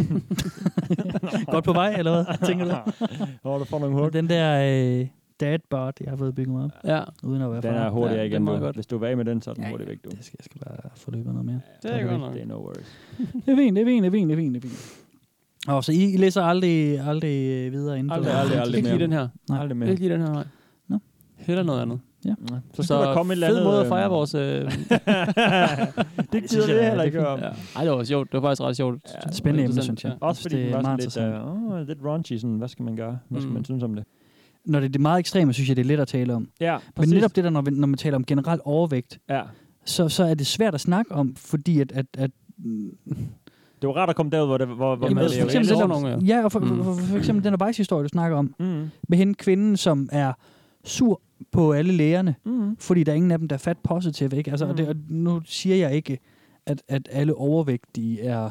Godt på vej, eller hvad? Tænker du? Åh, du får nogle hug. Den der øh, dadbot, jeg har fået bygget mig op. Ja. Uden at være Den far. er hurtigere Ja, igen, den er du. godt. Hvis du er væk med den, så er den Ja, hurtigt væk, du. Det skal, jeg skal bare få løbet noget mere. Det er godt nok. Det er no worries. Det er fint, det er fint, det er fint, det er fint. Det er fint. Og så I, I læser aldrig, aldrig øh, videre inde på Aldrig, aldrig, aldrig Ikke lige mere. den her. Nej. Aldrig mere. Ikke lige den her, nej. Nå. Heller noget andet. Ja. Så Så, skulle der komme et eller andet... fed måde at øhm, fejre vores... Øh, det synes gider jeg vi er- heller det ikke er om. ja. Ej, det var sjovt. Det var faktisk ret sjovt. Ja, Et spændende emne, Interessant, synes jeg. ja. Også fordi det den er var meget sådan lidt, uh, oh, lidt raunchy, sådan, hvad skal man gøre? Hvad skal Mm. man synes om det? Når det er det meget ekstreme, synes jeg, det er let at tale om. Ja, Men præcis. netop det der, når, vi, når man taler om generel overvægt, Ja. så, så er det svært at snakke om, fordi at... at, at Det var rart at komme derud, hvor, det, hvor, hvor Jamen, man altså, lever for eksempel reelt. den der nogle, ja, og for, Mm. for, for, for eksempel den Weiss-historie, du snakker om, Mm. med hende kvinden, som er sur på alle lægerne, Mm. fordi der er ingen af dem, der er fat positive, ikke? Altså, mm. og det, og nu siger jeg ikke, at, at alle overvægtige er,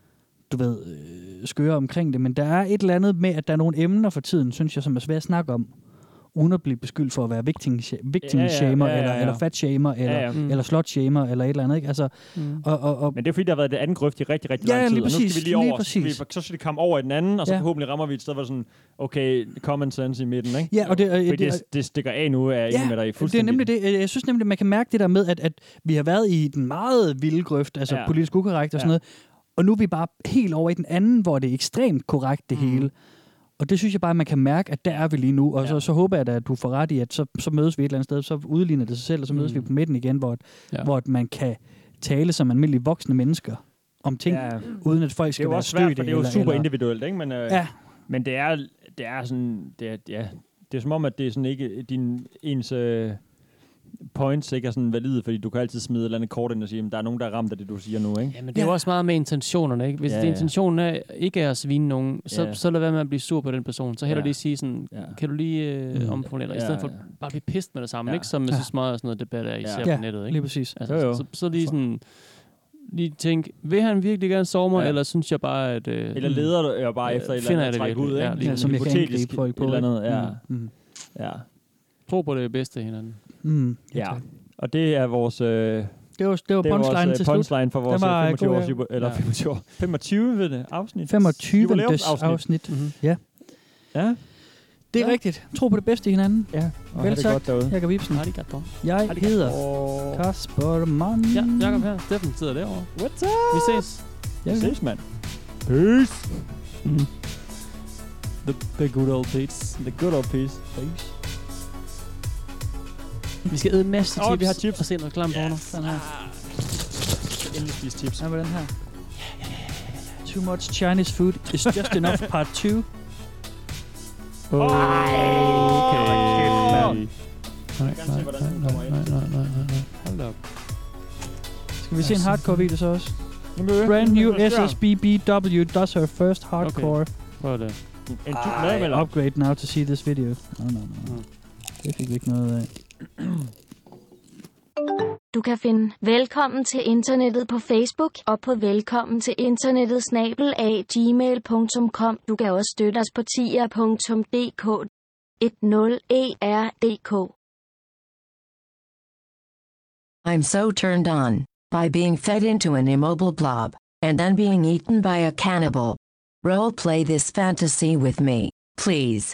du ved, øh, skøre omkring det, men der er et eller andet med, at der er nogle emner for tiden, synes jeg, som er svært at snakke om, uden at blive beskyldt for at være victim, victim Ja, ja, shamer, ja, ja, eller, ja. eller fat shamer, eller, Ja, ja. Mm. eller slut shamer, eller et eller andet, ikke? Altså, Mm. og, og, og, Men det er fordi, der har været det anden grøft i rigtig, rigtig Ja, lang tid. lige og nu præcis, skal vi lige lige over. Så skal, vi, præcis. så skal det komme over i den anden, og så Ja. forhåbentlig rammer vi et sted, hvor sådan, okay, common sense i midten, ikke? ja, og det, og, Fordi det, det, det stikker af nu, er jeg enig med dig i det er fuldstændig. nemlig det. Jeg synes nemlig, man kan mærke det der med, at, at vi har været i den meget vilde grøft, altså Ja. ja. politisk ukorrekt og sådan Ja. noget, og nu er vi bare helt over i den anden, hvor det er ekstremt korrekt det Mm. hele. Og det synes jeg bare, man kan mærke, at der er vi lige nu. Og Ja. så, så håber jeg da, at du får ret i, at så, så mødes vi et eller andet sted, så udligner det sig selv, og så mødes Mm. vi på midten igen, hvor, Ja. hvor man kan tale som almindelige voksne mennesker om ting, Ja. uden at folk Det er skal jo være også svært, for stødte. det er jo eller, super eller, individuelt, ikke? Men, øh, Ja, men det er, det er sådan, det er, ja, det er som om, at det er sådan ikke din ens øh, points ikke er sådan valide, fordi du kan altid smide et eller andet kort ind og sige, at der er nogen, der er ramt af det, du siger nu, ikke? Ja, men det er jo også meget med intentionerne, ikke? Hvis Ja, ja, ja. det intentionen er ikke er at svine nogen, så, Ja. så lad være med at blive sur på den person. Så heller Ja. lige sige sådan, Ja. kan du lige øh, Mm. omformulere dig, i Ja, stedet for ja. bare at blive pissed med det samme, Ja. ikke? Som jeg Ja. synes meget af sådan noget debat er især Ja, på nettet, ikke? lige præcis. Altså, Jo, jo. Så, så lige sådan, lige tænk, vil han virkelig gerne sove mig, Ja. eller synes jeg bare, at... Øh, Eller leder du jo bare Øh, efter et eller finder andet jeg det træk ud, virkelig? ikke? Ja, lige Ja, præcis. som jeg kan Hypotetisk angribe folk på. et eller andet, ja. Mm. Ja. tro på det bedste af hinanden. Mm. Ja, Ja. tak. Og det er vores... Øh, Det var, det var det er punchline vores til øh, slut. punchline for vores Den var femogtyve god, års ja. jubi- eller Ja. femogtyve år. femogtyve afsnit. femogtyvende Jubilæumsafsnit. afsnit. Mm-hmm. Ja, Ja. det er Ja. rigtigt. Tro på det bedste i hinanden. Ja. Og Vel have det sagt. godt derude. Jakob Ibsen. Arigato. Jeg Arigato. hedder Kasper Mann. Ja, Jakob her. Steffen sidder derovre. What's up? Vi ses. Ja, Vi ses, mand. Peace. Mm. The, the good old dates. The good old peace. Peace. Vi skal æde en masse Åh, chips, vi har chips. og se noget klam porno. Den her. Endelig spise chips. Hvad var den her? Too much Chinese food is just enough part two. Okay. Ej, Nej, Jeg nej, vil gerne se, hvordan den nej, kommer ind. nej, nej, nej, nej, nej. Hold da op. Skal vi se en hardcore video så også? Jamen, Brand new hvad sker? S S B B W does her first hardcore. Prøv det. En tyk Ej, madmelder. upgrade now to see this video. No, no, no. Mm. Det fik vi ikke noget af. du kan finde Velkommen til internettet på Facebook og på velkommen til internettet snabel-a gmail punktum com. Du kan også støtte os på tier punktum d k ti er punktum d k. I'm so turned on by being fed into an immobile blob and then being eaten by a cannibal. Roleplay this fantasy with me, please.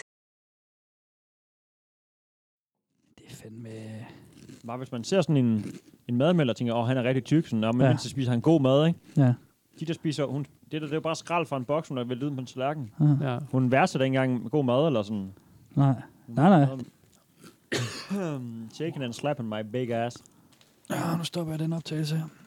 Det er fandme... Bare hvis man ser sådan en, en madmelder og tænker, åh, han er rigtig tyk, sådan, men Ja. ja. så spiser han god mad, ikke? Ja. De, der spiser, hun, det, der, det er jo bare skrald fra en boks, hun har væltet ud på en tallerken. Ja. Hun værdsætter ikke engang med god mad, eller sådan. Nej. Nej, nej. Shaking and slapping my big ass. Ja, nu stopper jeg den optagelse her.